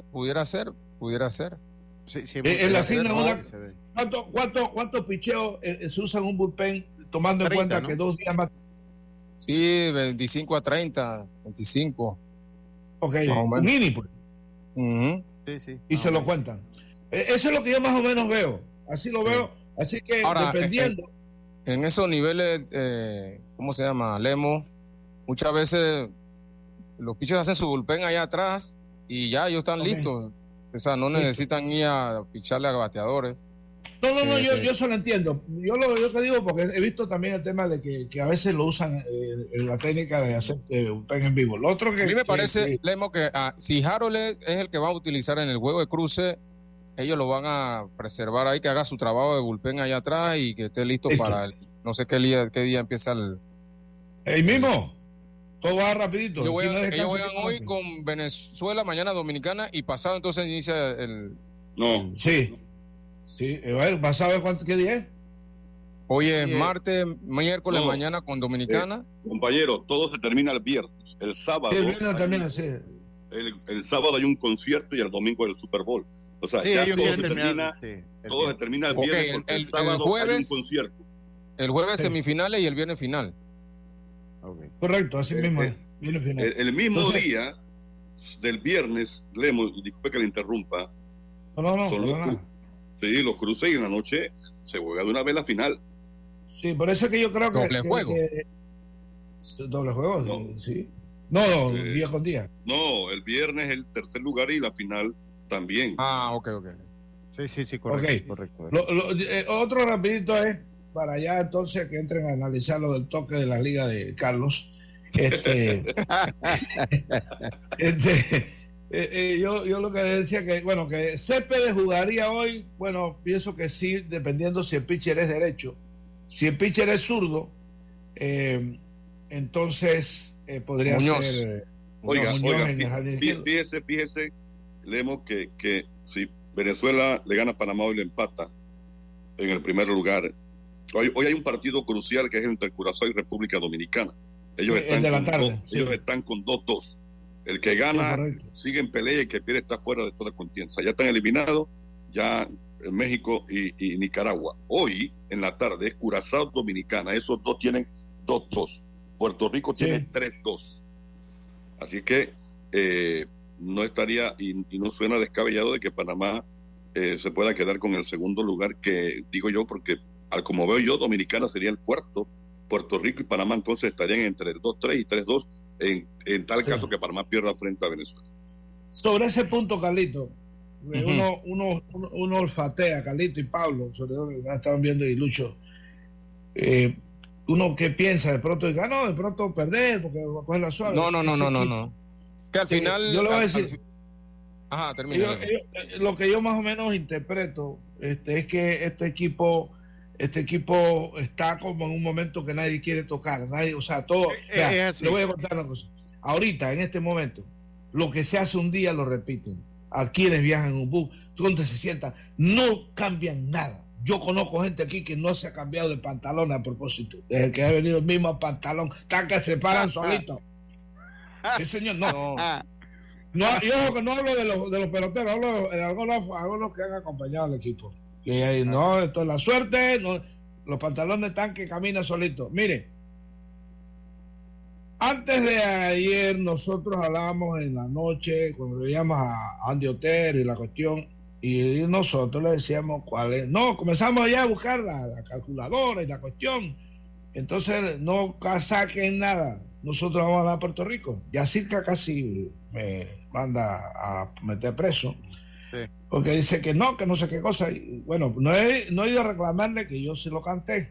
Sí, él asigna una... ¿Cuántos picheos se usan en un bullpen tomando 30, en cuenta, ¿no?, que 2 días más? Sí, 25 a 30, 25. Ok, mínimo. Sí. Y se lo cuentan. Eso es lo que yo más o menos veo. Así lo veo. Así que, ahora, dependiendo. En esos niveles, ¿cómo se llama? Lemo, muchas veces los pitchers hacen su bullpen allá atrás y ya ellos están listos. O sea, no necesitan ir a picharle a bateadores. No, yo se lo entiendo. Yo te digo porque he visto también el tema de que a veces lo usan en la técnica de hacer bullpen en vivo. Lo otro que a mí me parece, Lemo, que si Harold es el que va a utilizar en el juego de cruce, ellos lo van a preservar ahí, que haga su trabajo de bullpen allá atrás y que esté listo para no sé qué día empieza el mismo. Todo va rapidito. Ellos juegan hoy con Venezuela, mañana Dominicana y pasado entonces inicia el... No. Sí, ¿pasado qué día es? Hoy es martes, miércoles, mañana con Dominicana. Compañero, todo se termina el viernes. El sábado. Sí, el viernes termina, sí. El sábado hay un concierto y el domingo el Super Bowl. O sea, ya todo se termina. Todo se termina el viernes porque el sábado jueves, hay un concierto. El jueves semifinales y el viernes final. Correcto, así mismo es. El mismo día del viernes, Lemo, disculpe que le interrumpa. No. Sí, los cruces y en la noche se juega de una vez la final. Sí, por eso es que yo creo que... ¿Doble juego? ¿Doble juego? No. Sí. No, día con día. No, el viernes el tercer lugar y la final también. Ok. Sí, correcto. Okay. Correcto. Otro rapidito es, para allá entonces que entren a analizar lo del toque de la liga de Carlos. Yo lo que decía que Céspedes jugaría hoy, pienso que sí, dependiendo si el pitcher es derecho. Si el pitcher es zurdo, entonces podría ser Muñoz en el jardín. Fíjese, Lemo, que si Venezuela le gana a Panamá y le empata en el primer lugar, hoy hay un partido crucial que es entre Curazao y República Dominicana. Ellos están con 2-2. El que gana sigue en pelea y el que pierde está fuera de toda contienda. Ya están eliminados, ya México y Nicaragua. Hoy, en la tarde, es Curazao Dominicana. Esos dos tienen 2-2. Puerto Rico tiene 3-2. Así que no estaría, y no suena descabellado de que Panamá se pueda quedar con el segundo lugar, que digo yo, porque como veo yo, Dominicana sería el cuarto. Puerto Rico y Panamá entonces estarían entre el 2-3 y 3-2 en tal caso que Panamá pierda frente a Venezuela. Sobre ese punto, Carlito, uno olfatea, Carlito y Pablo, sobre todo que estaban viendo y Lucho, uno que piensa de pronto, de pronto perder porque va a coger la suave. No. Que al final... Yo le voy a decir... termina. Lo que yo más o menos interpreto es que este equipo está como en un momento que nadie quiere tocar, todo. Le voy a contar una cosa. Ahorita, en este momento, lo que se hace un día lo repiten. A quienes viajan en un bus, donde se sientan, no cambian nada. Yo conozco gente aquí que no se ha cambiado de pantalón a propósito. Desde que ha venido el mismo pantalón, tan que se paran solitos. Sí, señor, no. Yo no hablo de los peloteros, hablo de algunos que han acompañado al equipo. Que esto es la suerte, los pantalones están que caminan solitos. Mire, antes de ayer nosotros hablábamos en la noche, cuando veíamos a Andy Otero y la cuestión, y nosotros le decíamos cuál es. No, comenzamos ya a buscar la calculadora y la cuestión. Entonces no saquen nada. Nosotros vamos a Puerto Rico. Yacirca casi me manda a meter preso. porque dice que no sé qué cosa. Y, bueno, no he ido a reclamarle que yo sí lo canté.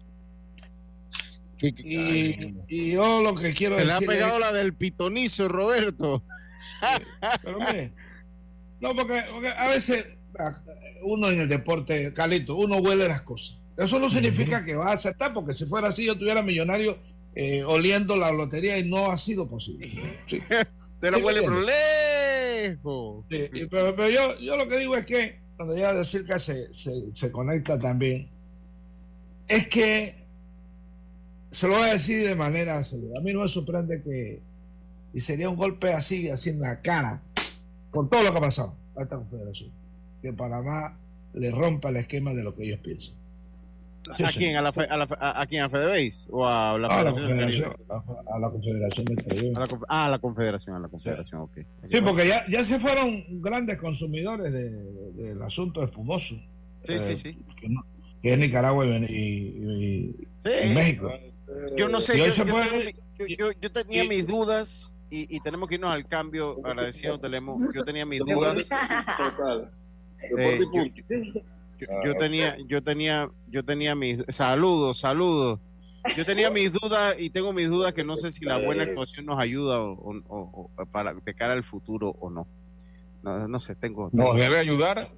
Y yo lo que quiero decir. Se le ha pegado la del pitonizo, Roberto. Pero mire, no, porque a veces uno en el deporte, Calito, uno huele las cosas. Eso no significa que va a aceptar, porque si fuera así yo estuviera millonario oliendo la lotería y no ha sido posible. Sí. Usted lo huele por lejos. Sí, pero yo lo que digo es que cuando ya decir que se conecta también, es que se lo voy a decir de manera segura. A mí no me sorprende que, y sería un golpe así en la cara, por todo lo que ha pasado a esta confederación, que Panamá le rompa el esquema de lo que ellos piensan. Sí, ¿A quién? ¿A quién? ¿A FedeBase? ¿O a la Confederación? A la Confederación de Exterior. A la Confederación, ok. Sí, porque ya se fueron grandes consumidores del asunto espumoso. Sí. Que es Nicaragua y México. Yo no sé, yo tenía mis dudas y tenemos que irnos al cambio, agradecido Telemo. Yo tenía mis dudas. Yo tenía mis saludos. Yo tenía mis dudas y tengo mis dudas que no sé si la buena actuación nos ayuda o para de cara al futuro o no. No sé, Nos debe ayudar.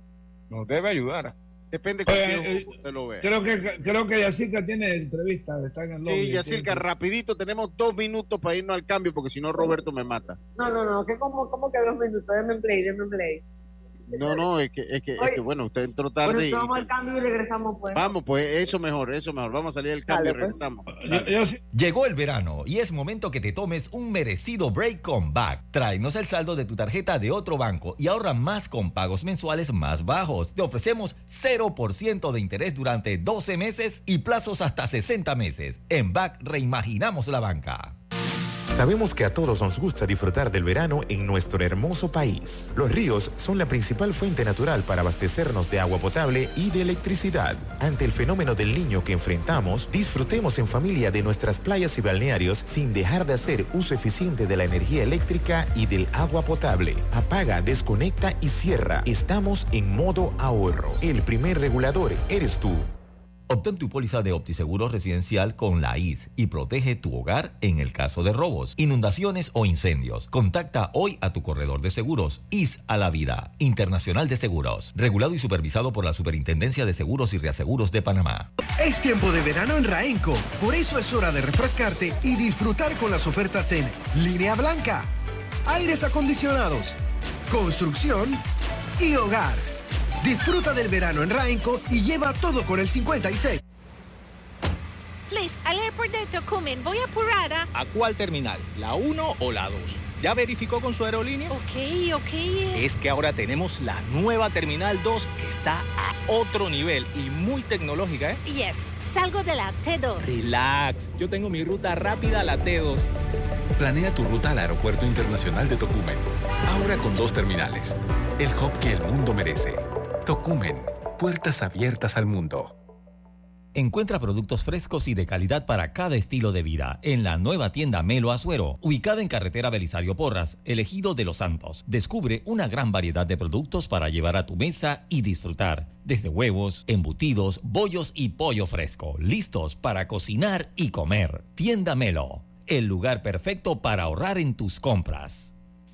Depende de cómo usted lo vea. Creo que Yacirca tiene entrevista, está en el lobby. Sí, Yacirca, rapidito, tenemos 2 minutos para irnos al cambio, porque si no Roberto me mata. No, ¿cómo que 2 minutos? Denme play. No, es que bueno, usted entró tarde. Bueno, vamos al cambio y regresamos pues. Vamos, pues, eso mejor. Vamos a salir del cambio y regresamos. Llegó el verano y es momento que te tomes un merecido break con BAC. Tráenos el saldo de tu tarjeta de otro banco y ahorra más con pagos mensuales más bajos. Te ofrecemos 0% de interés durante 12 meses y plazos hasta 60 meses. En BAC reimaginamos la banca. Sabemos que a todos nos gusta disfrutar del verano en nuestro hermoso país. Los ríos son la principal fuente natural para abastecernos de agua potable y de electricidad. Ante el fenómeno del Niño que enfrentamos, disfrutemos en familia de nuestras playas y balnearios sin dejar de hacer uso eficiente de la energía eléctrica y del agua potable. Apaga, desconecta y cierra. Estamos en modo ahorro. El primer regulador eres tú. Obtén tu póliza de OptiSeguros residencial con la IS y protege tu hogar en el caso de robos, inundaciones o incendios. Contacta hoy a tu corredor de seguros. IS a la vida. Internacional de Seguros. Regulado y supervisado por la Superintendencia de Seguros y Reaseguros de Panamá. Es tiempo de verano en Raenco. Por eso es hora de refrescarte y disfrutar con las ofertas en línea blanca, aires acondicionados, construcción y hogar. Disfruta del verano en Raenco y lleva todo con el 56. Please, al airport de Tocumen, voy apurada. ¿A cuál terminal? ¿La 1 o la 2? ¿Ya verificó con su aerolínea? Ok. Es que ahora tenemos la nueva Terminal 2 que está a otro nivel y muy tecnológica, ¿eh? Yes, salgo de la T2. Relax, yo tengo mi ruta rápida a la T2. Planea tu ruta al Aeropuerto Internacional de Tocumen. Ahora con 2 terminales. El hub que el mundo merece. Tocumen, puertas abiertas al mundo. Encuentra productos frescos y de calidad para cada estilo de vida en la nueva tienda Melo Azuero, ubicada en carretera Belisario Porras, Elegido de Los Santos. Descubre una gran variedad de productos para llevar a tu mesa y disfrutar, desde huevos, embutidos, bollos y pollo fresco, listos para cocinar y comer. Tienda Melo, el lugar perfecto para ahorrar en tus compras.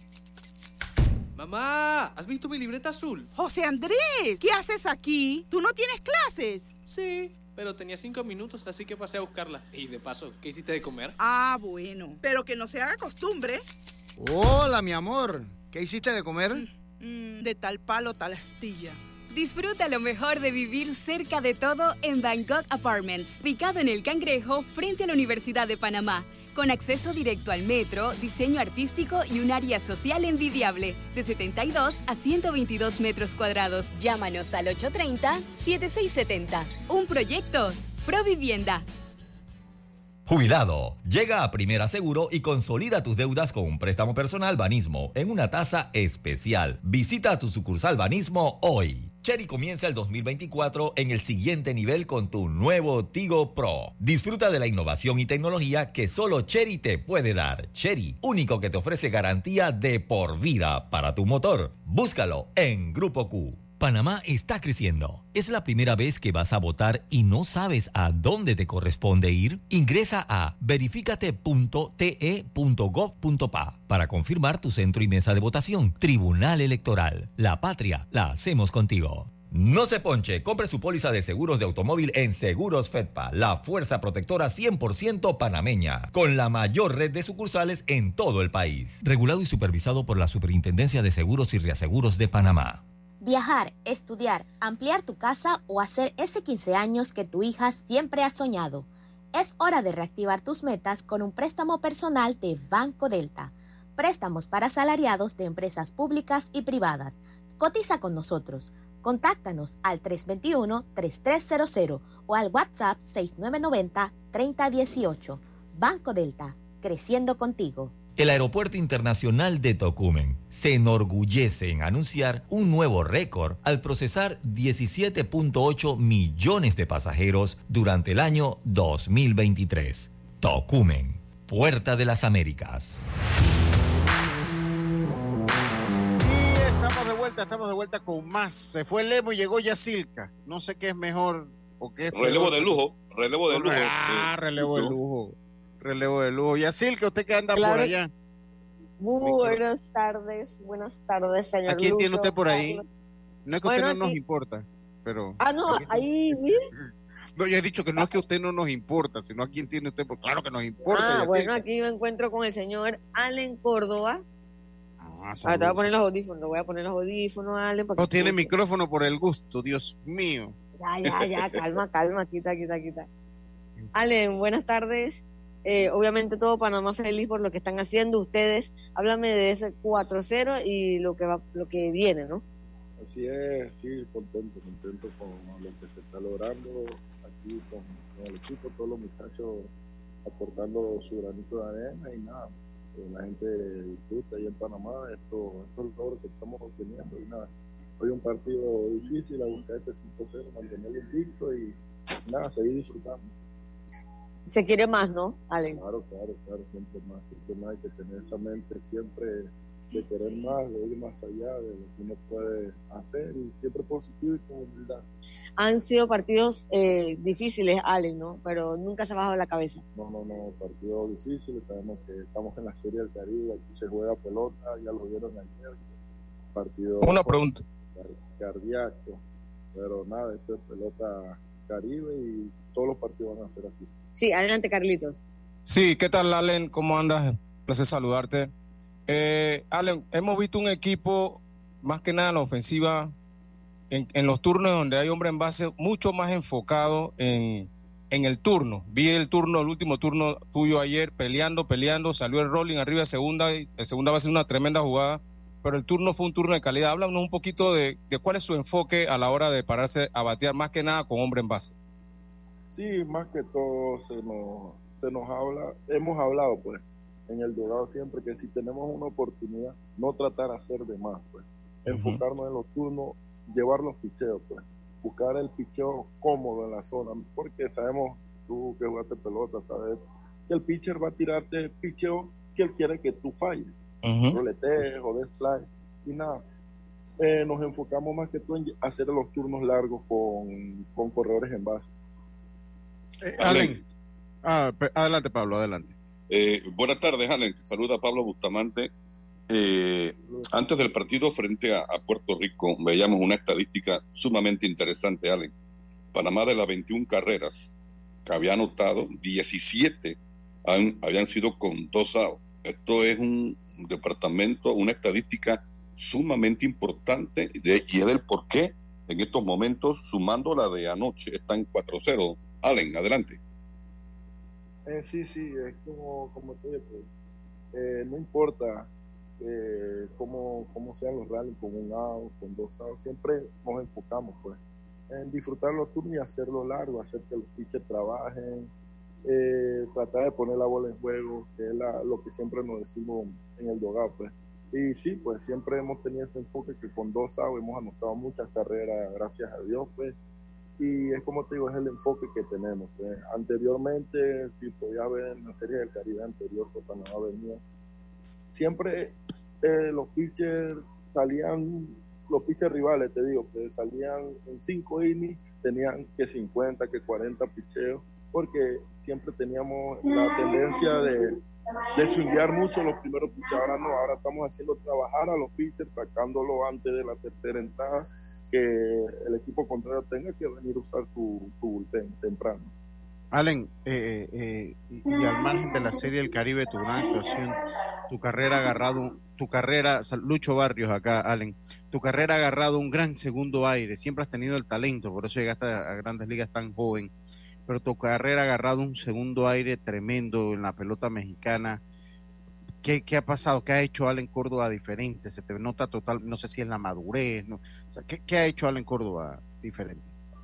Mamá, ¿has visto mi libreta azul? José Andrés, ¿qué haces aquí? ¿Tú no tienes clases? Sí, pero tenía 5 minutos, así que pasé a buscarla. Y de paso, ¿qué hiciste de comer? Ah, bueno, pero que no se haga costumbre. Hola, mi amor. ¿Qué hiciste de comer? De tal palo, tal astilla. Disfruta lo mejor de vivir cerca de todo en Bangkok Apartments, ubicado en el Cangrejo frente a la Universidad de Panamá. Con acceso directo al metro, diseño artístico y un área social envidiable, de 72 a 122 metros cuadrados. Llámanos al 830-7670. Un proyecto Provivienda. Jubilado, llega a Primera Seguro y consolida tus deudas con un préstamo personal Banismo en una tasa especial. Visita tu sucursal Banismo hoy. Chery comienza el 2024 en el siguiente nivel con tu nuevo Tigo Pro. Disfruta de la innovación y tecnología que solo Chery te puede dar. Chery, único que te ofrece garantía de por vida para tu motor. Búscalo en Grupo Q. Panamá está creciendo. ¿Es la primera vez que vas a votar y no sabes a dónde te corresponde ir? Ingresa a verificate.te.gov.pa para confirmar tu centro y mesa de votación. Tribunal Electoral. La patria la hacemos contigo. No se ponche, compre su póliza de seguros de automóvil en Seguros Fedpa, la fuerza protectora 100% panameña, con la mayor red de sucursales en todo el país. Regulado y supervisado por la Superintendencia de Seguros y Reaseguros de Panamá. Viajar, estudiar, ampliar tu casa o hacer ese 15 años que tu hija siempre ha soñado. Es hora de reactivar tus metas con un préstamo personal de Banco Delta. Préstamos para asalariados de empresas públicas y privadas. Cotiza con nosotros. Contáctanos al 321-3300 o al WhatsApp 6990-3018. Banco Delta, creciendo contigo. El Aeropuerto Internacional de Tocumen se enorgullece en anunciar un nuevo récord al procesar 17.8 millones de pasajeros durante el año 2023. Tocumen, Puerta de las Américas. Estamos de vuelta con más. Se fue Lemo y llegó Yacilca. No sé qué es mejor o qué es relevo peor. de lujo. Relevo de lujo. Relevo de lujo. Yacilca, usted que anda por allá. Buenas tardes, señor. ¿A quién Lucho, tiene usted por ahí? No es que bueno, usted no aquí... nos importa, pero... no, ahí, mire. No, yo he dicho que no es que usted no nos importa, sino a quién tiene usted, porque claro que nos importa. Bueno, aquí me encuentro con el señor Allen Córdoba. Te voy a poner los audífonos, Allen. No tiene micrófono por el gusto, Dios mío. Ya, calma, quita. Allen, buenas tardes. Obviamente todo Panamá feliz por lo que están haciendo ustedes. Háblame de ese 4-0 y lo que viene, ¿no? Así es, sí, contento con lo que se está logrando aquí con el equipo, todos los muchachos aportando su granito de arena y nada. La gente disfruta ahí en Panamá estos logros que estamos obteniendo y nada, hoy un partido difícil a buscar este 5-0, mantenerlo invicto y nada, seguir disfrutando. Se quiere más, ¿no, Allen? Claro, siempre más hay que tener esa mente siempre de querer más, de ir más allá de lo que uno puede hacer y siempre positivo y con humildad. Han sido partidos difíciles, Allen, ¿no? Pero nunca se ha bajado la cabeza. No, partidos difíciles, sabemos que estamos en la Serie del Caribe, aquí se juega pelota, ya lo vieron ayer, partido... Una pregunta. Cardíaco, pero nada, esto es pelota Caribe y todos los partidos van a ser así. Sí, adelante, Carlitos. Sí, ¿qué tal, Allen? ¿Cómo andas? Un placer saludarte. Allen, hemos visto un equipo, más que nada en la ofensiva, en los turnos donde hay hombre en base, mucho más enfocado en el turno. Vi el último turno tuyo ayer, peleando, salió el rolling arriba de segunda, y el segunda va a ser una tremenda jugada, pero el turno fue un turno de calidad. Háblanos un poquito de cuál es su enfoque a la hora de pararse a batear, más que nada con hombre en base. Sí, más que todo hemos hablado pues en el dogado siempre que si tenemos una oportunidad, no tratar de hacer de más, pues, enfocarnos en los turnos, llevar los picheos, pues, buscar el picheo cómodo en la zona, porque sabemos, tú que jugaste pelota, sabes que el pitcher va a tirarte el picheo que él quiere que tú falles, roletees o de fly, y nada, nos enfocamos más que todo en hacer los turnos largos con corredores en base. Allen. Adelante, Pablo, adelante. Buenas tardes, Allen. Te saluda Pablo Bustamante. Antes del partido frente a Puerto Rico, veíamos una estadística sumamente interesante, Allen. Panamá, de las 21 carreras que había anotado, 17 habían sido con 2 outs. Esto es un departamento, una estadística sumamente importante y es del por qué en estos momentos, sumando la de anoche, está en 4-0. Allen, adelante. Sí, es como te digo, no importa cómo sean los rallies, con 1 out, con 2 outs, siempre nos enfocamos pues en disfrutar los turnos y hacerlo largo, hacer que los pitchers trabajen, tratar de poner la bola en juego, que es lo que siempre nos decimos en el dogado pues. Y sí, pues siempre hemos tenido ese enfoque que con 2 outs hemos anotado muchas carreras, gracias a Dios pues. Y es como te digo, es el enfoque que tenemos. Anteriormente, si podías ver en la Serie del Caribe anterior, que Panamá venía, siempre los pitchers salían los pitchers rivales, te digo, que salían en 5 innings, tenían que 50, que 40 picheos, porque siempre teníamos la tendencia de swinguear mucho los primeros pitches. Ahora no, ahora estamos haciendo trabajar a los pitchers, sacándolo antes de la tercera entrada, que el equipo contrario tenga que venir a usar tu bullpen temprano. Allen, y al margen de la Serie del Caribe, tu gran actuación, tu carrera ha agarrado, Lucho Barrios acá, Allen, tu carrera ha agarrado un gran segundo aire, siempre has tenido el talento, por eso llegaste a Grandes Ligas tan joven, pero tu carrera ha agarrado un segundo aire tremendo en la pelota mexicana. ¿Qué ha pasado? ¿Qué ha hecho Allen Córdoba diferente? Se te nota total, no sé si es la madurez, ¿no? O sea, ¿qué ha hecho Allen Córdoba diferente?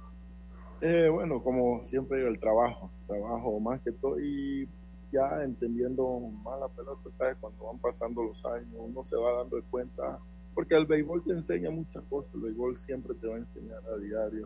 Bueno, como siempre, el trabajo más que todo, y ya entendiendo más la pelota, ¿sabes? Cuando van pasando los años, uno se va dando cuenta, porque el béisbol te enseña muchas cosas, el béisbol siempre te va a enseñar a diario,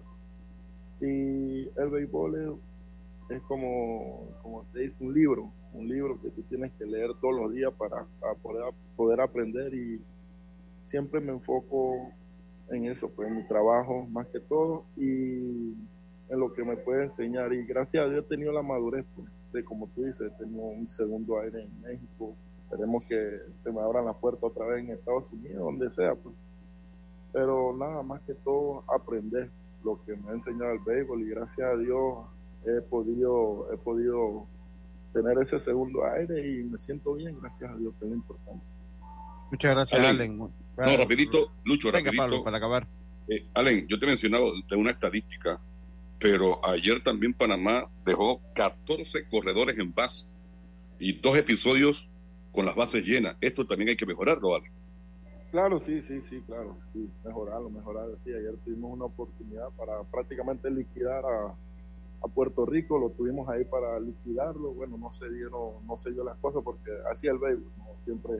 y el béisbol es como te dice, un libro que tú tienes que leer todos los días para poder aprender, y siempre me enfoco en eso, pues en mi trabajo más que todo, y en lo que me puede enseñar, y gracias a Dios he tenido la madurez, pues, de, como tú dices, he tenido un segundo aire en México, esperemos que se me abran las puertas otra vez en Estados Unidos, donde sea, pues. Pero nada más que todo aprender lo que me ha enseñado el béisbol, y gracias a Dios he podido tener ese segundo aire y me siento bien, gracias a Dios, que es lo importante. Muchas gracias, Allen. No, rapidito, Lucho, venga, rapidito. Pablo, para acabar. Allen, yo te he mencionado de una estadística, pero ayer también Panamá dejó 14 corredores en base y 2 episodios con las bases llenas. Esto también hay que mejorarlo, Allen. Claro, sí, claro, sí, mejorarlo. Sí, ayer tuvimos una oportunidad para prácticamente liquidar a Puerto Rico, lo tuvimos ahí para liquidarlo. Bueno, no se dio las cosas, porque así el béisbol, ¿no? Siempre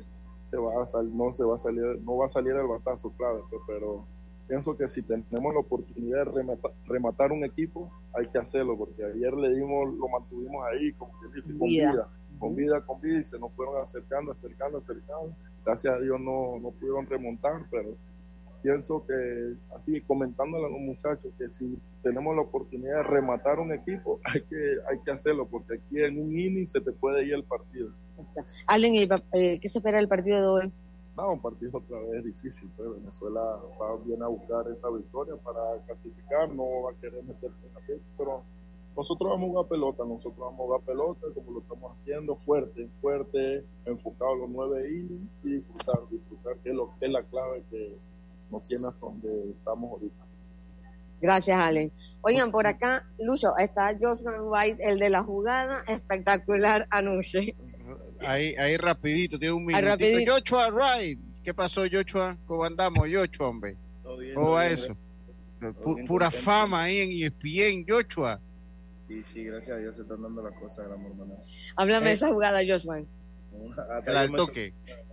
no va a salir el batazo, claro, pero pienso que si tenemos la oportunidad de rematar un equipo, hay que hacerlo, porque ayer lo mantuvimos ahí, como que dice, con vida, y se nos fueron acercando. Gracias a Dios no pudieron remontar, pero pienso que, así comentándole a los muchachos, que si tenemos la oportunidad de rematar un equipo, hay que hacerlo, porque aquí en un inning se te puede ir el partido. Allen, ¿qué se espera del partido de hoy? No, un partido otra vez difícil, pero Venezuela viene a buscar esa victoria para clasificar, no va a querer meterse en la fiesta, pero nosotros vamos a jugar pelota, como lo estamos haciendo, fuerte, enfocado en los 9 innings, y disfrutar, que es la clave que nos tiene hasta donde estamos ahorita. Gracias, Allen. Oigan, por acá, Lucho, está Joshua White, el de la jugada espectacular anoche. Ahí rapidito, tiene un minutito. Joshua Wright, ¿qué pasó, Joshua? ¿Cómo andamos, Joshua, hombre? ¿Cómo va eso? Pura fama ahí en ESPN, Joshua. Sí, gracias a Dios se están dando las cosas, gran hermano. Háblame de esa jugada, Joshua. El toque.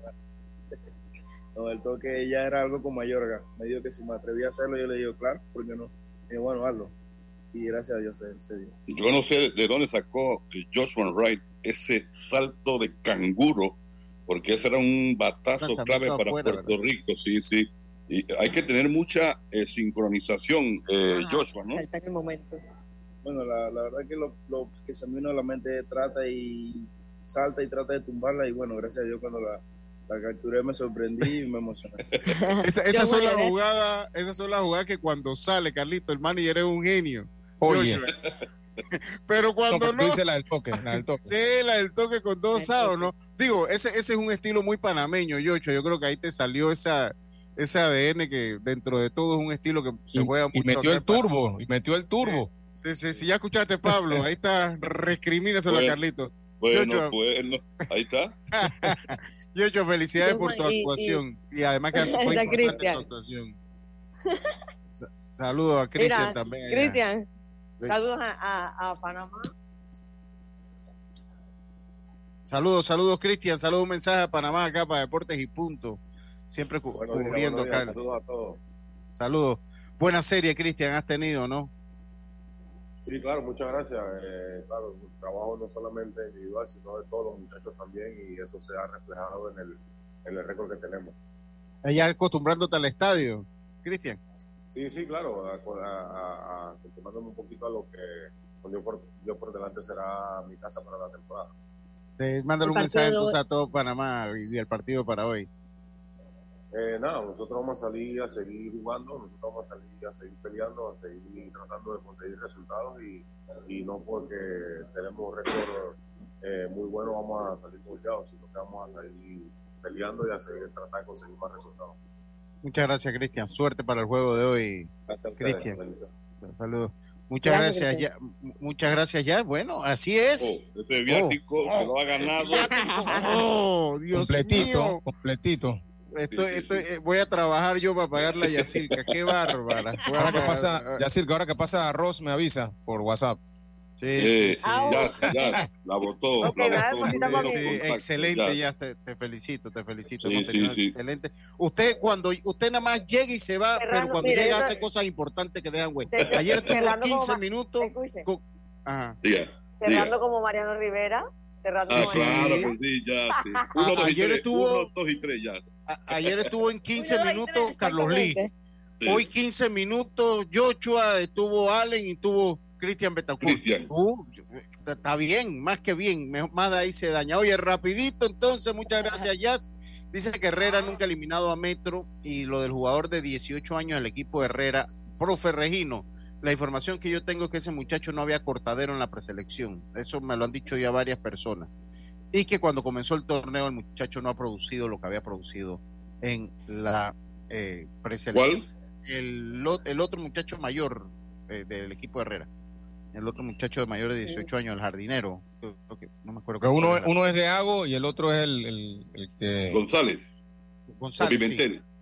No, el toque ya era algo como Mayorga. Me dijo que si me atreví a hacerlo, yo le digo, claro, ¿por qué no? Y bueno, hazlo. Y gracias a Dios se dio. Yo no sé de dónde sacó Joshua Wright ese salto de canguro, porque ese era un batazo clave para Puerto Rico, sí. Y hay que tener mucha sincronización, Joshua, ¿no? Está en el momento. Bueno, la verdad que lo que se me vino a la mente, trata y salta y trata de tumbarla, y bueno, gracias a Dios cuando la capturé me sorprendí y me emocioné. Esas son las jugadas que cuando sale, Carlito, el manager es un genio. Oye. Pero cuando no. Dice la del toque. Sí, la del toque con 2 outs, ¿no? Digo, ese es un estilo muy panameño, Yocho. Yo creo que ahí te salió ese ADN que dentro de todo es un estilo que se juega mucho. Y metió el turbo. Sí, ya escuchaste, Pablo. Ahí está, recrimínaselo a Carlito. Bueno, ahí está. Yocho, felicidades por tu actuación. Y además que fue importante tu actuación. Saludos a Cristian también. Cristian, saludos a Panamá. Saludos, Cristian. Saludos, un mensaje a Panamá acá para Deportes y Punto. Siempre cubriendo acá. Saludos a todos. Saludos. Buena serie, Cristian, has tenido, ¿no? Sí, claro, muchas gracias. Claro, el trabajo no solamente individual, sino de todos los muchachos también, y eso se ha reflejado en el récord que tenemos. ¿Ya acostumbrándote al estadio? Cristian. Sí, claro, continuándome un poquito a lo que con Dios por delante será mi casa para la temporada. Mándale un mensaje entonces a todo Panamá y el partido para hoy. Nada, nosotros vamos a salir a seguir jugando, nosotros vamos a salir a seguir peleando, a seguir tratando de conseguir resultados y no porque tenemos un récord muy bueno vamos a salir golpeados, sino que vamos a seguir peleando y a seguir tratando de conseguir más resultados. Muchas gracias, Cristian. Suerte para el juego de hoy, Cristian. Saludos. Muchas gracias ya. Muchas gracias ya. Bueno, así es. Ese viático se lo ha ganado. Dios mío. Completito. Voy a trabajar yo para pagarle a Yacirca. Qué bárbara. Yacirca, ahora que pasa arroz, me avisa por WhatsApp. Sí. Ya, la botó. Okay, excelente, ya te felicito. Sí. Excelente. Usted nada más llega y se va, pero cuando llega hace cosas importantes que dejan güey. Ayer tuvo 15 minutos. Cerrando como Mariano Rivera. Claro que sí, ya. Sí. Ayer 1, 2 y 3 ya. Ayer estuvo en 15 minutos Carlos Lee. Sí. Hoy 15 minutos Joshua, estuvo Allen y estuvo Cristian Betancourt. Está bien, más que bien, más de ahí se daña. Oye, rapidito entonces, muchas gracias, Jazz. Dice que Herrera nunca ha eliminado a Metro y lo del jugador de 18 años del equipo de Herrera, profe Regino. La información que yo tengo es que ese muchacho no había cortadero en la preselección. Eso me lo han dicho ya varias personas. Y que cuando comenzó el torneo el muchacho no ha producido lo que había producido en la preselección. ¿Cuál? El otro muchacho mayor del equipo de Herrera. El otro muchacho de mayor de 18 años, el jardinero. No me acuerdo. Pero uno es de Hago y el otro es el que... González. Pimentel. Sí.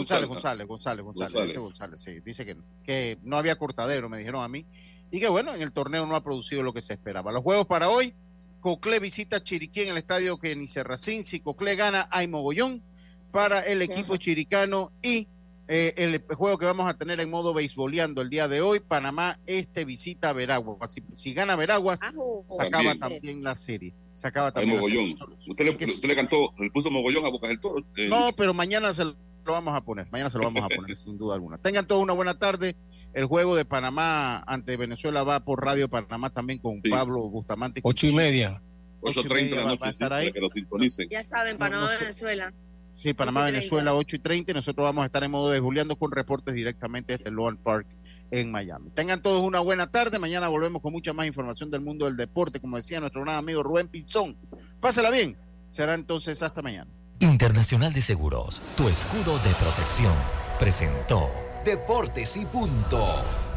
González, sí. Dice que no había cortadero, me dijeron a mí. Y que bueno, en el torneo no ha producido lo que se esperaba. Los juegos para hoy: Coclé visita Chiriquí en el estadio Kenny Serracín. Si Coclé gana, hay mogollón para el equipo chiricano. Y el juego que vamos a tener en modo beisboleando el día de hoy: Panamá visita a Veraguas. Si gana Veraguas, se acaba también la serie. Se acaba también mogollón. Usted le cantó, le puso mogollón a Bocas del Toro. No, pero mañana se lo vamos a poner. Sin duda alguna. Tengan todos una buena tarde. El juego de Panamá ante Venezuela va por Radio Panamá también con Pablo Bustamante. 8:30. 8:30 de la noche, para que lo sintonicen. Ya saben, Panamá-Venezuela. Sí, Panamá-Venezuela, 8:30. Nosotros vamos a estar en modo de Juliando con reportes directamente desde el Loan Park en Miami. Tengan todos una buena tarde. Mañana volvemos con mucha más información del mundo del deporte, como decía nuestro gran amigo Rubén Pinzón. Pásela bien. Será entonces hasta mañana. Internacional de Seguros, tu escudo de protección, presentó Deportes y Punto.